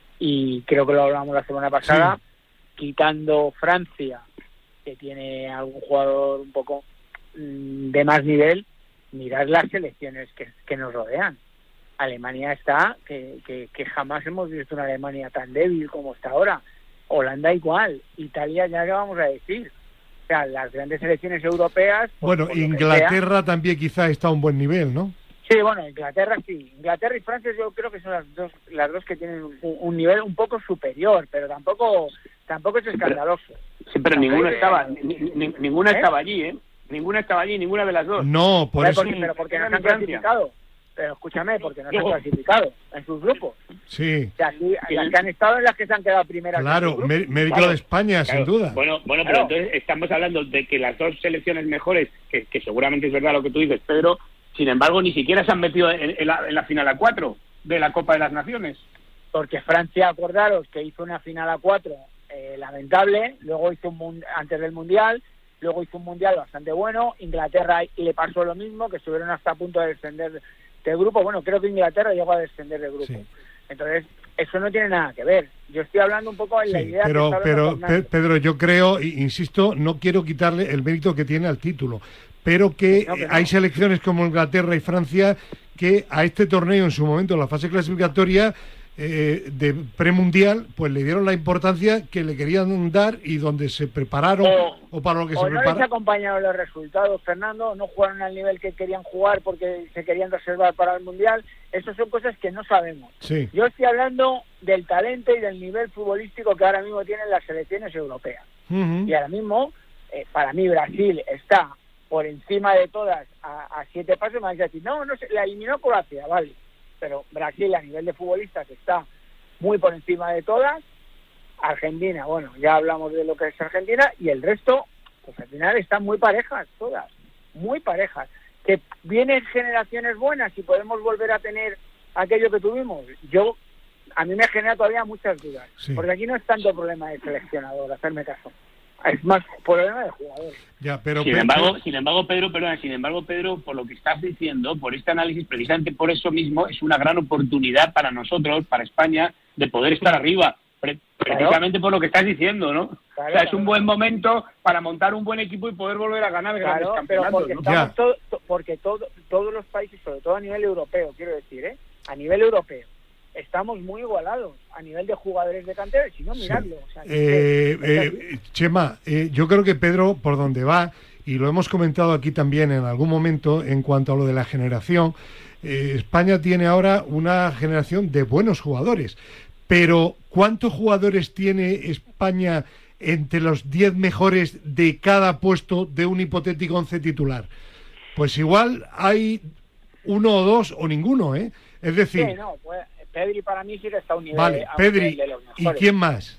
[SPEAKER 6] Y creo que lo hablamos la semana pasada, sí. Quitando Francia, que tiene algún jugador un poco mmm, de más nivel, mirad las selecciones que, que nos rodean. Alemania está, que, que, que jamás hemos visto una Alemania tan débil como está ahora. Holanda igual. Italia ya que vamos a decir. O sea, las grandes selecciones europeas... Pues,
[SPEAKER 2] bueno, Inglaterra sea, también quizá está a un buen nivel, ¿no?
[SPEAKER 6] Sí, bueno, Inglaterra sí. Inglaterra y Francia yo creo que son las dos las dos que tienen un, un nivel un poco superior, pero tampoco tampoco es escandaloso.
[SPEAKER 3] Sí, pero ninguna estaba ni, ni, ninguna ¿Eh? estaba allí, ¿eh? Ninguna estaba allí, ninguna de las dos.
[SPEAKER 2] No, por
[SPEAKER 6] pero
[SPEAKER 2] eso...
[SPEAKER 6] Porque, pero porque no se han clasificado. Pero escúchame, porque no se han clasificado en sus grupos.
[SPEAKER 2] Sí.
[SPEAKER 6] O sea, aquí, las que han estado en las que se han quedado primeras.
[SPEAKER 2] Claro, mérito claro, de España, claro. Sin duda.
[SPEAKER 3] Bueno, bueno,
[SPEAKER 6] claro.
[SPEAKER 3] Pero entonces estamos hablando de que las dos selecciones mejores, que, que seguramente es verdad lo que tú dices, Pedro, sin embargo, ni siquiera se han metido en, en, la, en la final a cuatro de la Copa de las Naciones.
[SPEAKER 6] Porque Francia, acordaros, que hizo una final a cuatro eh, lamentable, luego hizo un antes del Mundial, luego hizo un Mundial bastante bueno, Inglaterra le pasó lo mismo, que estuvieron hasta a punto de descender del grupo. Bueno, creo que Inglaterra llegó a descender del grupo. Sí. Entonces, eso no tiene nada que ver. Yo estoy hablando un poco en la sí, idea
[SPEAKER 2] pero,
[SPEAKER 6] que está
[SPEAKER 2] pero Pe- Pedro, yo creo, insisto, no quiero quitarle el mérito que tiene al título, pero que, no, que no. Hay selecciones como Inglaterra y Francia que a este torneo en su momento, en la fase clasificatoria eh, de premundial, pues le dieron la importancia que le querían dar y donde se prepararon o, o para lo que
[SPEAKER 6] o
[SPEAKER 2] se
[SPEAKER 6] no
[SPEAKER 2] prepararon.
[SPEAKER 6] No les acompañaron los resultados, Fernando, no jugaron al nivel que querían jugar porque se querían reservar para el Mundial. Esas son cosas que no sabemos.
[SPEAKER 2] Sí.
[SPEAKER 6] Yo estoy hablando del talento y del nivel futbolístico que ahora mismo tienen las selecciones europeas. Uh-huh. Y ahora mismo, eh, para mí, Brasil está por encima de todas a, a siete pasos. Me vais a decir, no, no se, la eliminó Croacia, vale. Pero Brasil, a nivel de futbolistas, está muy por encima de todas. Argentina, bueno, ya hablamos de lo que es Argentina. Y el resto, pues al final están muy parejas todas. Muy parejas. Que vienen generaciones buenas y podemos volver a tener aquello que tuvimos. Yo, a mí me genera todavía muchas dudas. Sí. Porque aquí no es tanto problema de seleccionador, hacerme caso. Es más problema de jugador.
[SPEAKER 2] Ya, pero
[SPEAKER 3] sin embargo, sin embargo, Pedro, perdona, sin embargo, Pedro, por lo que estás diciendo, por este análisis, precisamente por eso mismo, es una gran oportunidad para nosotros, para España, de poder estar arriba. Pre- precisamente claro. Por lo que estás diciendo, ¿no? Claro, o sea, es claro. un buen momento para montar un buen equipo y poder volver a ganar grandes
[SPEAKER 6] claro,
[SPEAKER 3] campeonatos,
[SPEAKER 6] pero porque,
[SPEAKER 3] ¿no?
[SPEAKER 6] estamos todo, to, porque todo, todos los países, sobre todo a nivel europeo, quiero decir, ¿eh? A nivel europeo, estamos muy igualados a nivel de jugadores de cantera, si no, miradlo. Sí. O sea,
[SPEAKER 2] eh, eh, Chema, eh, yo creo que Pedro, por donde va, y lo hemos comentado aquí también en algún momento, en cuanto a lo de la generación, eh, España tiene ahora una generación de buenos jugadores, pero ¿cuántos jugadores tiene España entre los diez mejores de cada puesto de un hipotético once titular? Pues igual hay uno o dos o ninguno, ¿eh? Es decir...
[SPEAKER 6] Sí, no, pues Pedri para mí sí que está a un nivel,
[SPEAKER 2] vale,
[SPEAKER 6] a un
[SPEAKER 2] Pedri,
[SPEAKER 6] nivel de los mejores.
[SPEAKER 2] ¿Y quién más?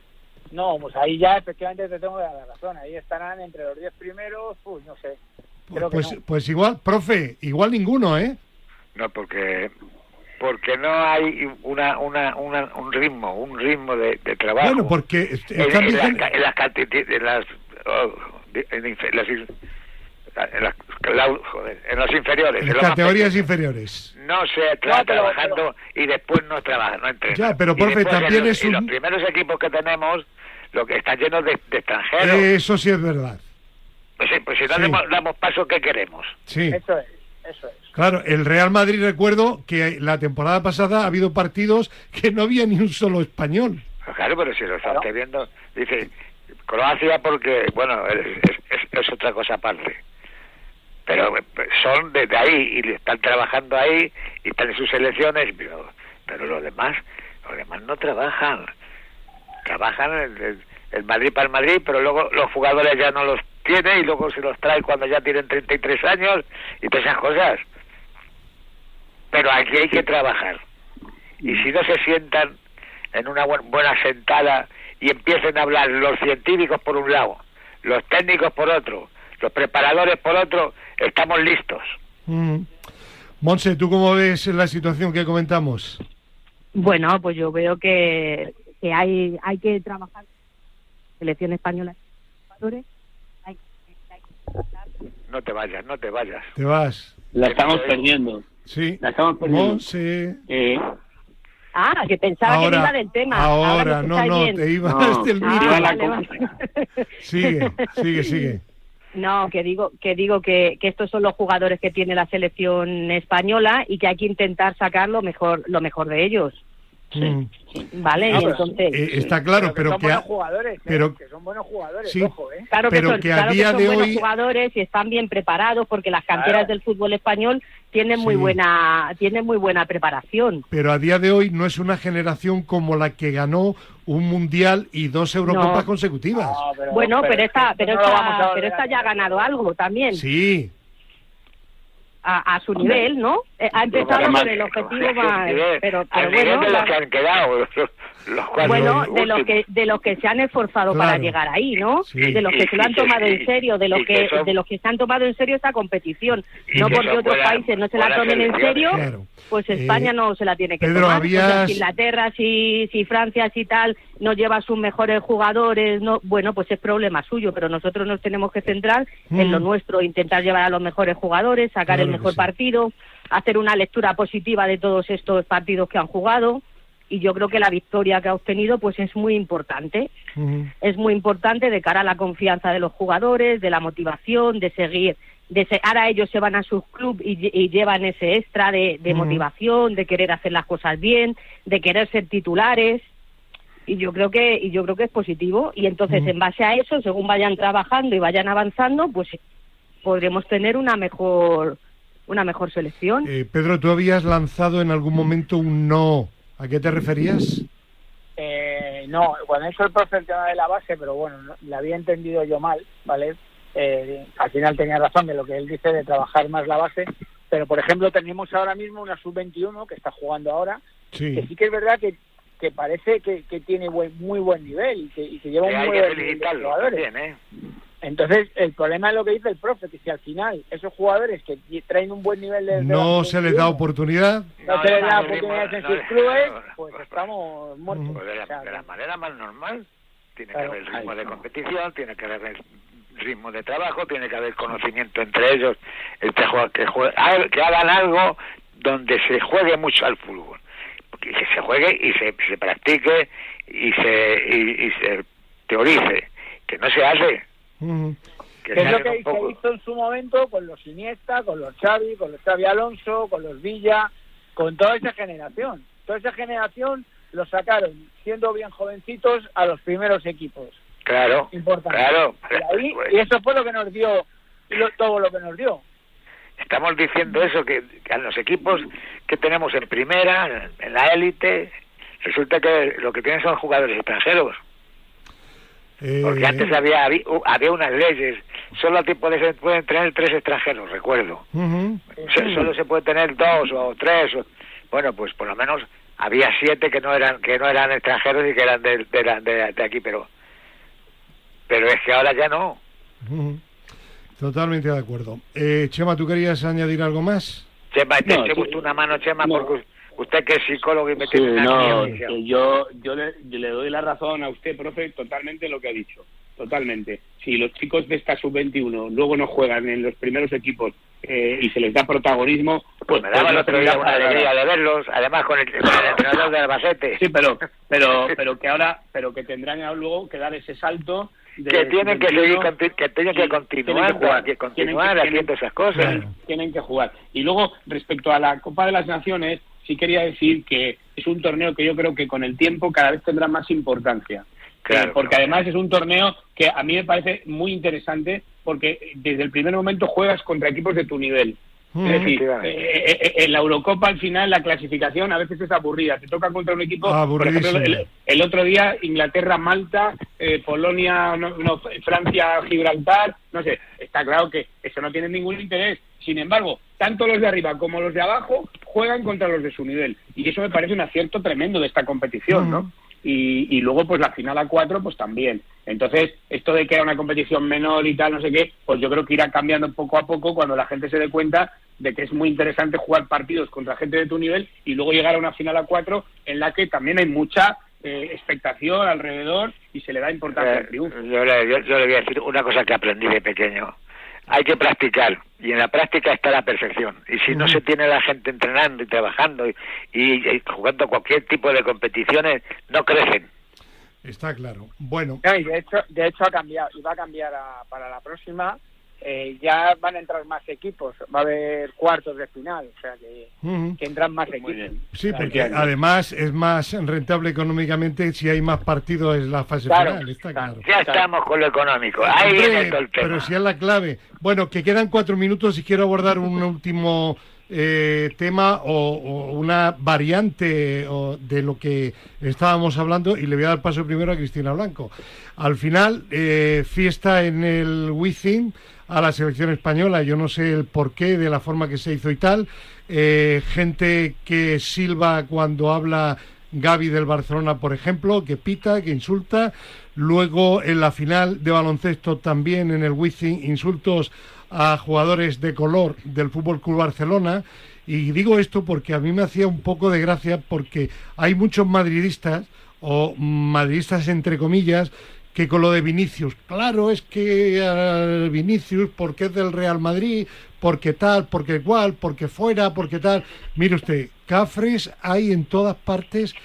[SPEAKER 6] No, pues ahí ya efectivamente te tengo que dar la razón. Ahí estarán entre los diez primeros, uy, no sé. Creo
[SPEAKER 2] pues,
[SPEAKER 6] que no.
[SPEAKER 2] pues igual, profe, igual ninguno, ¿eh?
[SPEAKER 5] No, porque porque no hay una, una, una un ritmo, un ritmo de, de trabajo.
[SPEAKER 2] Bueno, porque
[SPEAKER 5] en, en, dicen... la, en las en las, oh, en, en las En, las, la, joder, en los inferiores,
[SPEAKER 2] en las categorías inferiores.
[SPEAKER 5] No se está no, pero, trabajando pero... y después no trabaja, no entrena.
[SPEAKER 2] Ya, pero profe, también
[SPEAKER 5] los,
[SPEAKER 2] es un...
[SPEAKER 5] los primeros equipos que tenemos, lo que están llenos de, de extranjeros.
[SPEAKER 2] Eso sí es verdad.
[SPEAKER 5] Pues, sí, pues si no sí. damos, damos paso, ¿qué queremos?
[SPEAKER 2] Sí.
[SPEAKER 6] Eso es, eso es.
[SPEAKER 2] Claro, el Real Madrid, recuerdo que la temporada pasada ha habido partidos que no había ni un solo español.
[SPEAKER 5] Claro, pero si lo estás claro. viendo, dice Croacia porque, bueno, es, es, es otra cosa aparte. Pero son desde ahí y están trabajando ahí y están en sus selecciones, pero, pero los demás los demás no trabajan. trabajan el, el, el Madrid para el Madrid, pero luego los jugadores ya no los tiene y luego se los trae cuando ya tienen treinta y tres años y todas esas cosas. Pero aquí hay que trabajar. Y si no se sientan en una bu- buena sentada y empiecen a hablar los científicos por un lado, los técnicos por otro, los preparadores por otro, estamos listos.
[SPEAKER 2] Mm. Monse, ¿tú cómo ves la situación que comentamos?
[SPEAKER 4] Bueno, pues yo veo que, que hay hay que trabajar selección española, jugadores, hay, hay que trabajar.
[SPEAKER 5] No te vayas, no te vayas.
[SPEAKER 2] Te vas.
[SPEAKER 6] La estamos perdiendo.
[SPEAKER 2] Sí.
[SPEAKER 6] La estamos perdiendo.
[SPEAKER 2] Monse.
[SPEAKER 6] Eh,
[SPEAKER 4] Ah, que pensaba
[SPEAKER 2] Ahora,
[SPEAKER 4] que me iba del tema.
[SPEAKER 2] ahora,
[SPEAKER 4] me
[SPEAKER 2] no,
[SPEAKER 4] escucháis
[SPEAKER 2] no,
[SPEAKER 4] bien.
[SPEAKER 2] te ibas
[SPEAKER 6] No.
[SPEAKER 2] del
[SPEAKER 4] Ah,
[SPEAKER 2] micro.
[SPEAKER 4] vale, vale.
[SPEAKER 2] Sigue, sigue, sigue.
[SPEAKER 4] No, que digo que digo que, que estos son los jugadores que tiene la selección española y que hay que intentar sacar lo mejor lo mejor de ellos.
[SPEAKER 2] Mm.
[SPEAKER 4] Vale,
[SPEAKER 6] No,
[SPEAKER 4] y
[SPEAKER 6] pero-
[SPEAKER 4] entonces
[SPEAKER 2] Eh, está claro, pero
[SPEAKER 6] son
[SPEAKER 2] que,
[SPEAKER 6] buenos
[SPEAKER 2] a-
[SPEAKER 6] jugadores, ¿eh?
[SPEAKER 2] pero-
[SPEAKER 6] que son buenos jugadores,
[SPEAKER 2] Sí.
[SPEAKER 6] ojo, ¿eh?
[SPEAKER 4] claro que
[SPEAKER 2] pero
[SPEAKER 4] son,
[SPEAKER 2] que a
[SPEAKER 4] claro que
[SPEAKER 2] día
[SPEAKER 4] son
[SPEAKER 2] de
[SPEAKER 4] buenos
[SPEAKER 2] hoy-
[SPEAKER 4] jugadores y están bien preparados porque las canteras
[SPEAKER 6] Claro.
[SPEAKER 4] del fútbol español tienen muy
[SPEAKER 2] Sí.
[SPEAKER 4] buena tienen muy buena preparación.
[SPEAKER 2] pero a día de hoy no es una generación como la que ganó un mundial y dos Eurocopas
[SPEAKER 4] No.
[SPEAKER 2] consecutivas.
[SPEAKER 6] No, pero-
[SPEAKER 4] Bueno, pero, esta
[SPEAKER 6] esto
[SPEAKER 4] pero
[SPEAKER 6] no lo vamos a
[SPEAKER 4] esta
[SPEAKER 6] volver
[SPEAKER 4] pero esta
[SPEAKER 6] a
[SPEAKER 4] ya ha
[SPEAKER 6] hacer.
[SPEAKER 4] ganado algo también
[SPEAKER 2] Sí,
[SPEAKER 4] a, a su nivel, ¿no? Eh, ha empezado
[SPEAKER 5] Además,
[SPEAKER 4] con el objetivo
[SPEAKER 5] al
[SPEAKER 4] más
[SPEAKER 5] nivel-
[SPEAKER 4] pero
[SPEAKER 5] al
[SPEAKER 4] pero
[SPEAKER 5] nivel
[SPEAKER 4] bueno,
[SPEAKER 5] de los
[SPEAKER 4] la-
[SPEAKER 5] que han quedado, los, los cuatro
[SPEAKER 4] Bueno, de
[SPEAKER 5] últimos.
[SPEAKER 4] los que de los que se han esforzado
[SPEAKER 2] Claro.
[SPEAKER 4] para llegar ahí, ¿no?
[SPEAKER 2] Sí.
[SPEAKER 4] De los que se lo han
[SPEAKER 5] Y que-
[SPEAKER 4] tomado en
[SPEAKER 5] y-
[SPEAKER 4] serio, de los
[SPEAKER 5] y que
[SPEAKER 4] que
[SPEAKER 5] son-
[SPEAKER 4] de los que se han tomado en serio esta competición,
[SPEAKER 5] Y
[SPEAKER 4] no
[SPEAKER 5] que
[SPEAKER 4] porque
[SPEAKER 5] son
[SPEAKER 4] otros
[SPEAKER 5] buenas-
[SPEAKER 4] países no se la
[SPEAKER 5] buenas
[SPEAKER 4] tomen en
[SPEAKER 5] selecciones.
[SPEAKER 4] serio,
[SPEAKER 2] claro.
[SPEAKER 4] pues España
[SPEAKER 2] Eh,
[SPEAKER 4] no se la tiene que
[SPEAKER 2] Pedro,
[SPEAKER 4] tomar.
[SPEAKER 2] habías-
[SPEAKER 4] O sea, si Inglaterra, si si Francia, si tal, no lleva a sus mejores jugadores, no, bueno, pues es problema suyo, pero nosotros nos tenemos que centrar en
[SPEAKER 2] Mm.
[SPEAKER 4] lo nuestro, intentar llevar a los mejores jugadores, sacar
[SPEAKER 2] Claro
[SPEAKER 4] el
[SPEAKER 2] que
[SPEAKER 4] mejor
[SPEAKER 2] sí.
[SPEAKER 4] partido, hacer una lectura positiva de todos estos partidos que han jugado. Y yo creo que la victoria que ha obtenido pues es muy importante.
[SPEAKER 2] Ujú.
[SPEAKER 4] Es muy importante de cara a la confianza de los jugadores, de la motivación, de seguir. De se, ahora ellos se van a sus clubes y, lle- y llevan ese extra de, de
[SPEAKER 2] Ujú.
[SPEAKER 4] motivación, de querer hacer las cosas bien, de querer ser titulares. Y yo creo que y yo creo que es positivo. Y entonces,
[SPEAKER 2] Ujú.
[SPEAKER 4] en base a eso, según vayan trabajando y vayan avanzando, pues podremos tener una mejor una mejor selección.
[SPEAKER 2] Eh, Pedro, tú habías lanzado en algún momento un no. ¿A qué te referías?
[SPEAKER 6] Eh, no, bueno, eso el profe el tema de la base, pero bueno, no, le había entendido yo mal, ¿vale? Eh, al final tenía razón de lo que él dice de trabajar más la base, pero por ejemplo tenemos ahora mismo una sub veintiuno que está jugando ahora, que
[SPEAKER 2] Sí.
[SPEAKER 6] sí que es verdad que, que parece que, que tiene buen, muy buen nivel y que, y que lleva
[SPEAKER 5] Que
[SPEAKER 6] un
[SPEAKER 5] hay
[SPEAKER 6] muy
[SPEAKER 5] que
[SPEAKER 6] buen nivel de
[SPEAKER 5] felicitarlo
[SPEAKER 6] jugadores.
[SPEAKER 5] también, ¿eh?
[SPEAKER 6] Entonces, el problema es lo que dice el profe, que si al final esos jugadores que traen un buen nivel de... de
[SPEAKER 2] No
[SPEAKER 6] la
[SPEAKER 2] se les da
[SPEAKER 6] veintiuno,
[SPEAKER 2] oportunidad.
[SPEAKER 6] no se les da
[SPEAKER 5] no,
[SPEAKER 6] oportunidades en
[SPEAKER 5] no,
[SPEAKER 6] sus
[SPEAKER 5] no,
[SPEAKER 6] clubes,
[SPEAKER 5] no,
[SPEAKER 6] pues
[SPEAKER 5] no,
[SPEAKER 6] estamos muertos.
[SPEAKER 2] Ujú.
[SPEAKER 5] Pues de, la,
[SPEAKER 6] O sea,
[SPEAKER 5] de la manera más normal. Tiene
[SPEAKER 6] Claro.
[SPEAKER 5] que haber ritmo
[SPEAKER 6] Ahí
[SPEAKER 5] de
[SPEAKER 6] está.
[SPEAKER 5] competición, tiene que haber ritmo de trabajo, tiene que haber conocimiento entre ellos, este juego, que, juegue, que hagan algo donde se juegue mucho al fútbol. Que se juegue y se, se practique y se, y, y se teorice. Que no se hace.
[SPEAKER 2] Ujú.
[SPEAKER 5] Que
[SPEAKER 6] Que
[SPEAKER 5] se
[SPEAKER 6] es lo
[SPEAKER 5] haga
[SPEAKER 6] que
[SPEAKER 5] un
[SPEAKER 6] se
[SPEAKER 5] poco.
[SPEAKER 6] hizo en su momento con los Iniesta, con los Xavi, con los Xavi Alonso, con los Villa, con toda esa generación. Toda esa generación los sacaron, siendo bien jovencitos, a los primeros equipos.
[SPEAKER 5] Claro,
[SPEAKER 6] Importante.
[SPEAKER 5] claro.
[SPEAKER 6] Y, ahí-
[SPEAKER 5] Pues,
[SPEAKER 6] y eso fue lo que nos dio, lo- todo lo que nos dio.
[SPEAKER 5] estamos diciendo eso, que, que a los equipos que tenemos en primera, en la élite, resulta que lo que tienen son jugadores extranjeros.
[SPEAKER 2] Eh,
[SPEAKER 5] Porque antes había había, había unas leyes, solo te puedes, pueden tener tres extranjeros, recuerdo.
[SPEAKER 2] ujú.
[SPEAKER 5] So- Solo se puede tener dos o tres. o- bueno, pues por lo menos había siete que no eran que no eran extranjeros y que eran de, de, la- de- de aquí, pero pero es que ahora ya no.
[SPEAKER 2] Ujú. Totalmente de acuerdo. Eh, Chema, ¿tú querías añadir algo más?
[SPEAKER 5] Chema, te
[SPEAKER 8] No,
[SPEAKER 5] eche
[SPEAKER 8] sí.
[SPEAKER 5] usted una mano, Chema,
[SPEAKER 8] No.
[SPEAKER 5] porque usted que es psicólogo y me
[SPEAKER 8] Sí,
[SPEAKER 5] tiene una
[SPEAKER 8] no,
[SPEAKER 5] miedo.
[SPEAKER 8] que yo, yo, le, yo le doy la razón a usted, profe, totalmente lo que ha dicho, totalmente. Si los chicos de esta sub veintiuno luego no juegan en los primeros equipos eh, y se les da protagonismo,
[SPEAKER 5] Pues me daba el
[SPEAKER 8] no
[SPEAKER 5] otro día
[SPEAKER 8] tendría
[SPEAKER 5] una
[SPEAKER 8] nada.
[SPEAKER 5] alegría de verlos, además con el, con el entrenador de Albacete.
[SPEAKER 8] Sí, pero, pero, pero que ahora, pero que tendrán luego que dar ese salto. De
[SPEAKER 5] que tienen que
[SPEAKER 8] sub veintiuno
[SPEAKER 5] seguir conti- que tienen que
[SPEAKER 8] y
[SPEAKER 5] continuar,
[SPEAKER 8] tienen que jugar,
[SPEAKER 5] que continuar
[SPEAKER 8] tienen que-
[SPEAKER 5] haciendo esas cosas.
[SPEAKER 8] tienen, tienen que jugar. Y luego, respecto a la Copa de las Naciones, sí quería decir que es un torneo que yo creo que con el tiempo cada vez tendrá más importancia.
[SPEAKER 5] Claro,
[SPEAKER 8] Eh, porque
[SPEAKER 5] claro.
[SPEAKER 8] además es un torneo que a mí me parece muy interesante porque desde el primer momento juegas contra equipos de tu nivel.
[SPEAKER 2] Mm.
[SPEAKER 3] Es decir, eh, eh, en la Eurocopa al final la clasificación a veces es aburrida. Te toca contra un equipo, por ejemplo, el, el otro día Inglaterra-Malta, eh, Polonia, no, no, Francia-Gibraltar, no sé. Está claro que eso no tiene ningún interés. Sin embargo, tanto los de arriba como los de abajo juegan contra los de su nivel. Y eso me parece un acierto tremendo de esta competición, ¿no? Y, y luego pues la final a cuatro pues también. Entonces esto de que era una competición menor y tal, no sé qué, pues yo creo que irá cambiando poco a poco cuando la gente se dé cuenta de que es muy interesante jugar partidos contra gente de tu nivel y luego llegar a una final a cuatro en la que también hay mucha eh, expectación alrededor y se le da importancia
[SPEAKER 5] eh,
[SPEAKER 3] al triunfo.
[SPEAKER 5] Yo le, yo, yo le voy a decir una cosa que aprendí de pequeño. Hay que practicar, y en la práctica está la perfección. Y si no se tiene la gente entrenando y trabajando y, y, y jugando cualquier tipo de competiciones, no crecen.
[SPEAKER 2] Está claro. Bueno.
[SPEAKER 6] No, y de hecho, de hecho ha cambiado, y va a cambiar a, para la próxima. Eh, ya van a entrar más equipos, va a haber cuartos de final, o sea que, uh-huh. que entran más equipos.
[SPEAKER 2] Sí, porque además es más rentable económicamente si hay más partidos en la fase
[SPEAKER 6] claro,
[SPEAKER 2] final, está claro.
[SPEAKER 5] Ya estamos con lo económico, ahí
[SPEAKER 2] Hombre,
[SPEAKER 5] viene todo el tema.
[SPEAKER 2] Pero si es la clave. Bueno, que quedan cuatro minutos y quiero abordar un último eh, tema o, o una variante o de lo que estábamos hablando y le voy a dar paso primero a Cristina Blanco. Al final, eh, fiesta en el Wizzing a la selección española, yo no sé el porqué de la forma que se hizo y tal, eh, gente que silba cuando habla Gavi del Barcelona, por ejemplo, que pita, que insulta, luego en la final de baloncesto también en el Wizzing, insultos a jugadores de color del Fútbol Club Barcelona, y digo esto porque a mí me hacía un poco de gracia porque hay muchos madridistas, o madridistas entre comillas, que con lo de Vinicius, claro, es que uh, Vinicius, porque es del Real Madrid, porque tal, porque cual, porque fuera, porque tal. Mire usted, cafres hay en todas partes,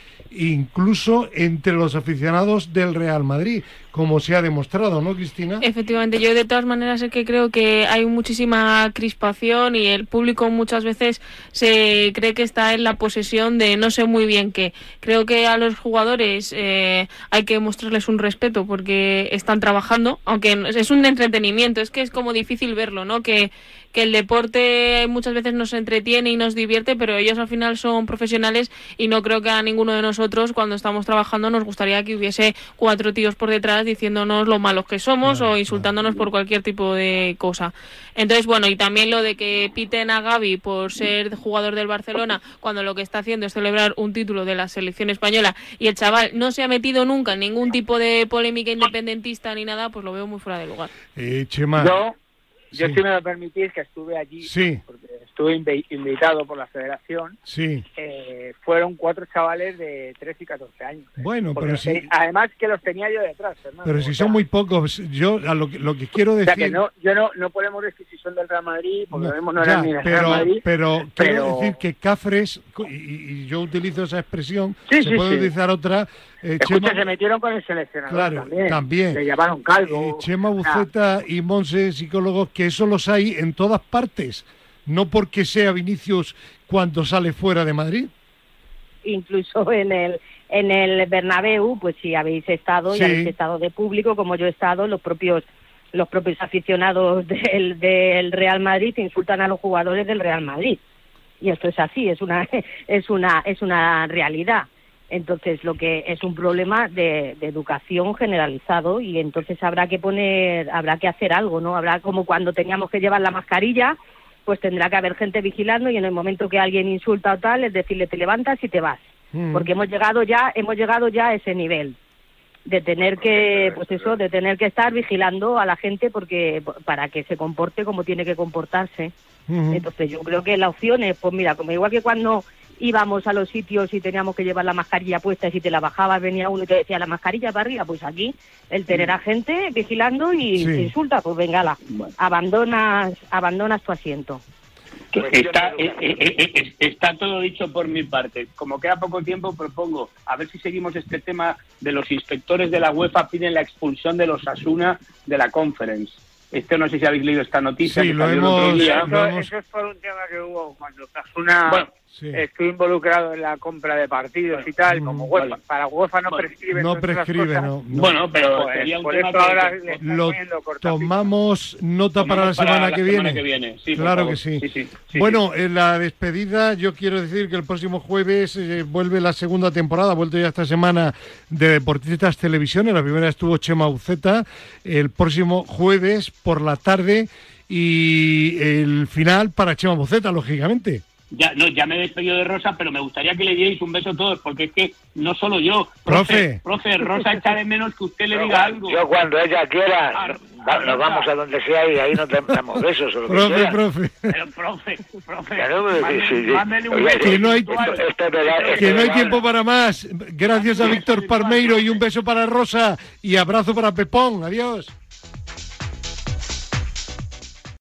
[SPEAKER 2] incluso entre los aficionados del Real Madrid, como se ha demostrado, ¿no, Cristina?
[SPEAKER 7] Efectivamente, yo de todas maneras es que creo que hay muchísima crispación y el público muchas veces se cree que está en la posesión de no sé muy bien qué. Creo que a los jugadores eh, hay que mostrarles un respeto porque están trabajando, aunque es un entretenimiento, es que es como difícil verlo, ¿no? Que que el deporte muchas veces nos entretiene y nos divierte, pero ellos al final son profesionales y no creo que a ninguno de nosotros cuando estamos trabajando nos gustaría que hubiese cuatro tíos por detrás diciéndonos lo malos que somos claro, o insultándonos claro. por cualquier tipo de cosa. Entonces, bueno, y también lo de que piten a Gavi por ser jugador del Barcelona cuando lo que está haciendo es celebrar un título de la selección española y el chaval no se ha metido nunca en ningún tipo de polémica independentista ni nada, pues lo veo muy fuera de lugar.
[SPEAKER 2] Eh, Chema...
[SPEAKER 6] Yo... Yo,
[SPEAKER 2] sí.
[SPEAKER 6] si me lo permitís, que estuve allí,
[SPEAKER 2] sí.
[SPEAKER 6] porque estuve inv- invitado por la federación,
[SPEAKER 2] sí.
[SPEAKER 6] eh, fueron cuatro chavales de trece y catorce años. ¿eh?
[SPEAKER 2] Bueno,
[SPEAKER 6] porque
[SPEAKER 2] pero si...
[SPEAKER 6] Ten- además que los tenía yo detrás, Fernando.
[SPEAKER 2] Pero si o sea, son muy pocos, yo a lo, que, lo que quiero decir...
[SPEAKER 6] O sea, que no, yo no, no podemos decir si son del Real Madrid, porque no, no, no
[SPEAKER 2] ya,
[SPEAKER 6] eran ni del
[SPEAKER 2] pero,
[SPEAKER 6] Real Madrid.
[SPEAKER 2] Pero,
[SPEAKER 6] pero
[SPEAKER 2] quiero decir que cafres, y, y yo utilizo esa expresión,
[SPEAKER 6] sí,
[SPEAKER 2] se
[SPEAKER 6] sí,
[SPEAKER 2] puede
[SPEAKER 6] sí.
[SPEAKER 2] utilizar otra...
[SPEAKER 6] Eh, Escucha, Chema, se metieron con el seleccionador
[SPEAKER 2] claro,
[SPEAKER 6] también.
[SPEAKER 2] también.
[SPEAKER 6] Le llamaron calvo.
[SPEAKER 2] Eh, Chema Buceta ah. y Monse, psicólogos, que eso los hay en todas partes. No porque sea Vinicius cuando sale fuera de Madrid.
[SPEAKER 4] Incluso en el en el Bernabéu, pues si habéis estado,
[SPEAKER 2] sí.
[SPEAKER 4] y habéis estado de público, como yo he estado, los propios los propios aficionados del, del Real Madrid insultan a los jugadores del Real Madrid. Y esto es así, es una es una es una realidad. Entonces, lo que es un problema de, de educación generalizado y entonces habrá que poner, habrá que hacer algo, ¿no? Habrá como cuando teníamos que llevar la mascarilla, pues tendrá que haber gente vigilando y en el momento que alguien insulta o tal, es decirle te levantas y te vas, mm. porque hemos llegado ya, hemos llegado ya a ese nivel de tener que, pues eso, de tener que estar vigilando a la gente porque para que se comporte como tiene que comportarse. Mm. Entonces, yo creo que la opción es, pues mira, como igual que cuando íbamos a los sitios y teníamos que llevar la mascarilla puesta y si te la bajabas venía uno y te decía la mascarilla para arriba, pues aquí el tener a gente vigilando y sí. te insulta, pues venga, bueno. abandonas, abandonas tu asiento.
[SPEAKER 3] Está, eh, eh, eh, está todo dicho por mi parte. Como queda poco tiempo, propongo a ver si seguimos este tema de los inspectores de la UEFA piden la expulsión de los Osasuna de la Conference. Esto no sé si habéis leído esta noticia.
[SPEAKER 2] Sí,
[SPEAKER 3] que
[SPEAKER 2] lo
[SPEAKER 3] salió
[SPEAKER 2] hemos,
[SPEAKER 3] el otro día.
[SPEAKER 6] Eso, eso es por un tema que hubo cuando Osasuna...
[SPEAKER 3] Bueno,
[SPEAKER 2] Sí.
[SPEAKER 6] estoy involucrado en la compra de partidos y tal, como UEFA.
[SPEAKER 2] Vale.
[SPEAKER 6] Para UEFA no
[SPEAKER 2] Vale.
[SPEAKER 6] prescribe.
[SPEAKER 2] No prescribe, no, no.
[SPEAKER 8] Bueno, pero
[SPEAKER 6] Pues,
[SPEAKER 8] sería un
[SPEAKER 6] por
[SPEAKER 8] tema
[SPEAKER 6] eso ahora
[SPEAKER 8] que...
[SPEAKER 6] le están
[SPEAKER 2] Lo
[SPEAKER 6] poniendo cortapicas.
[SPEAKER 2] tomamos nota para la
[SPEAKER 8] Tomamos para
[SPEAKER 2] semana
[SPEAKER 8] la
[SPEAKER 2] que
[SPEAKER 8] semana
[SPEAKER 2] viene.
[SPEAKER 8] que viene, sí, por
[SPEAKER 2] claro
[SPEAKER 8] favor.
[SPEAKER 2] que sí.
[SPEAKER 8] Sí, sí, sí,
[SPEAKER 2] bueno, en la despedida yo quiero decir que el próximo jueves eh, vuelve la segunda temporada, ha vuelto ya esta semana de Deportistas Televisión. En la primera estuvo Chema Uceta, el próximo jueves por la tarde y el final para Chema Uceta, lógicamente.
[SPEAKER 8] Ya, no, ya me he despedido de Rosa, pero me gustaría que le dierais un beso a todos, porque es que no solo yo.
[SPEAKER 2] Profe.
[SPEAKER 8] Profe, Rosa echa de menos que usted le
[SPEAKER 5] Yo,
[SPEAKER 8] diga algo.
[SPEAKER 5] Yo cuando ella quiera,
[SPEAKER 8] Ah,
[SPEAKER 5] no-
[SPEAKER 8] ah,
[SPEAKER 5] nos vamos a donde sea y ahí nos damos besos o lo que
[SPEAKER 2] Profe,
[SPEAKER 5] sea.
[SPEAKER 2] profe.
[SPEAKER 8] Pero, profe, profe,
[SPEAKER 5] Claro, pero sí,
[SPEAKER 8] mándele-
[SPEAKER 5] sí, sí.
[SPEAKER 8] mándele un
[SPEAKER 5] Oye,
[SPEAKER 8] beso
[SPEAKER 2] que no hay-
[SPEAKER 8] virtual.
[SPEAKER 5] esto- esto es verdad, esto
[SPEAKER 2] Que
[SPEAKER 5] es
[SPEAKER 2] no hay
[SPEAKER 5] verdad.
[SPEAKER 2] tiempo para más. Gracias a Víctor Parmeiro y un beso para Rosa y abrazo para Pepón. Adiós.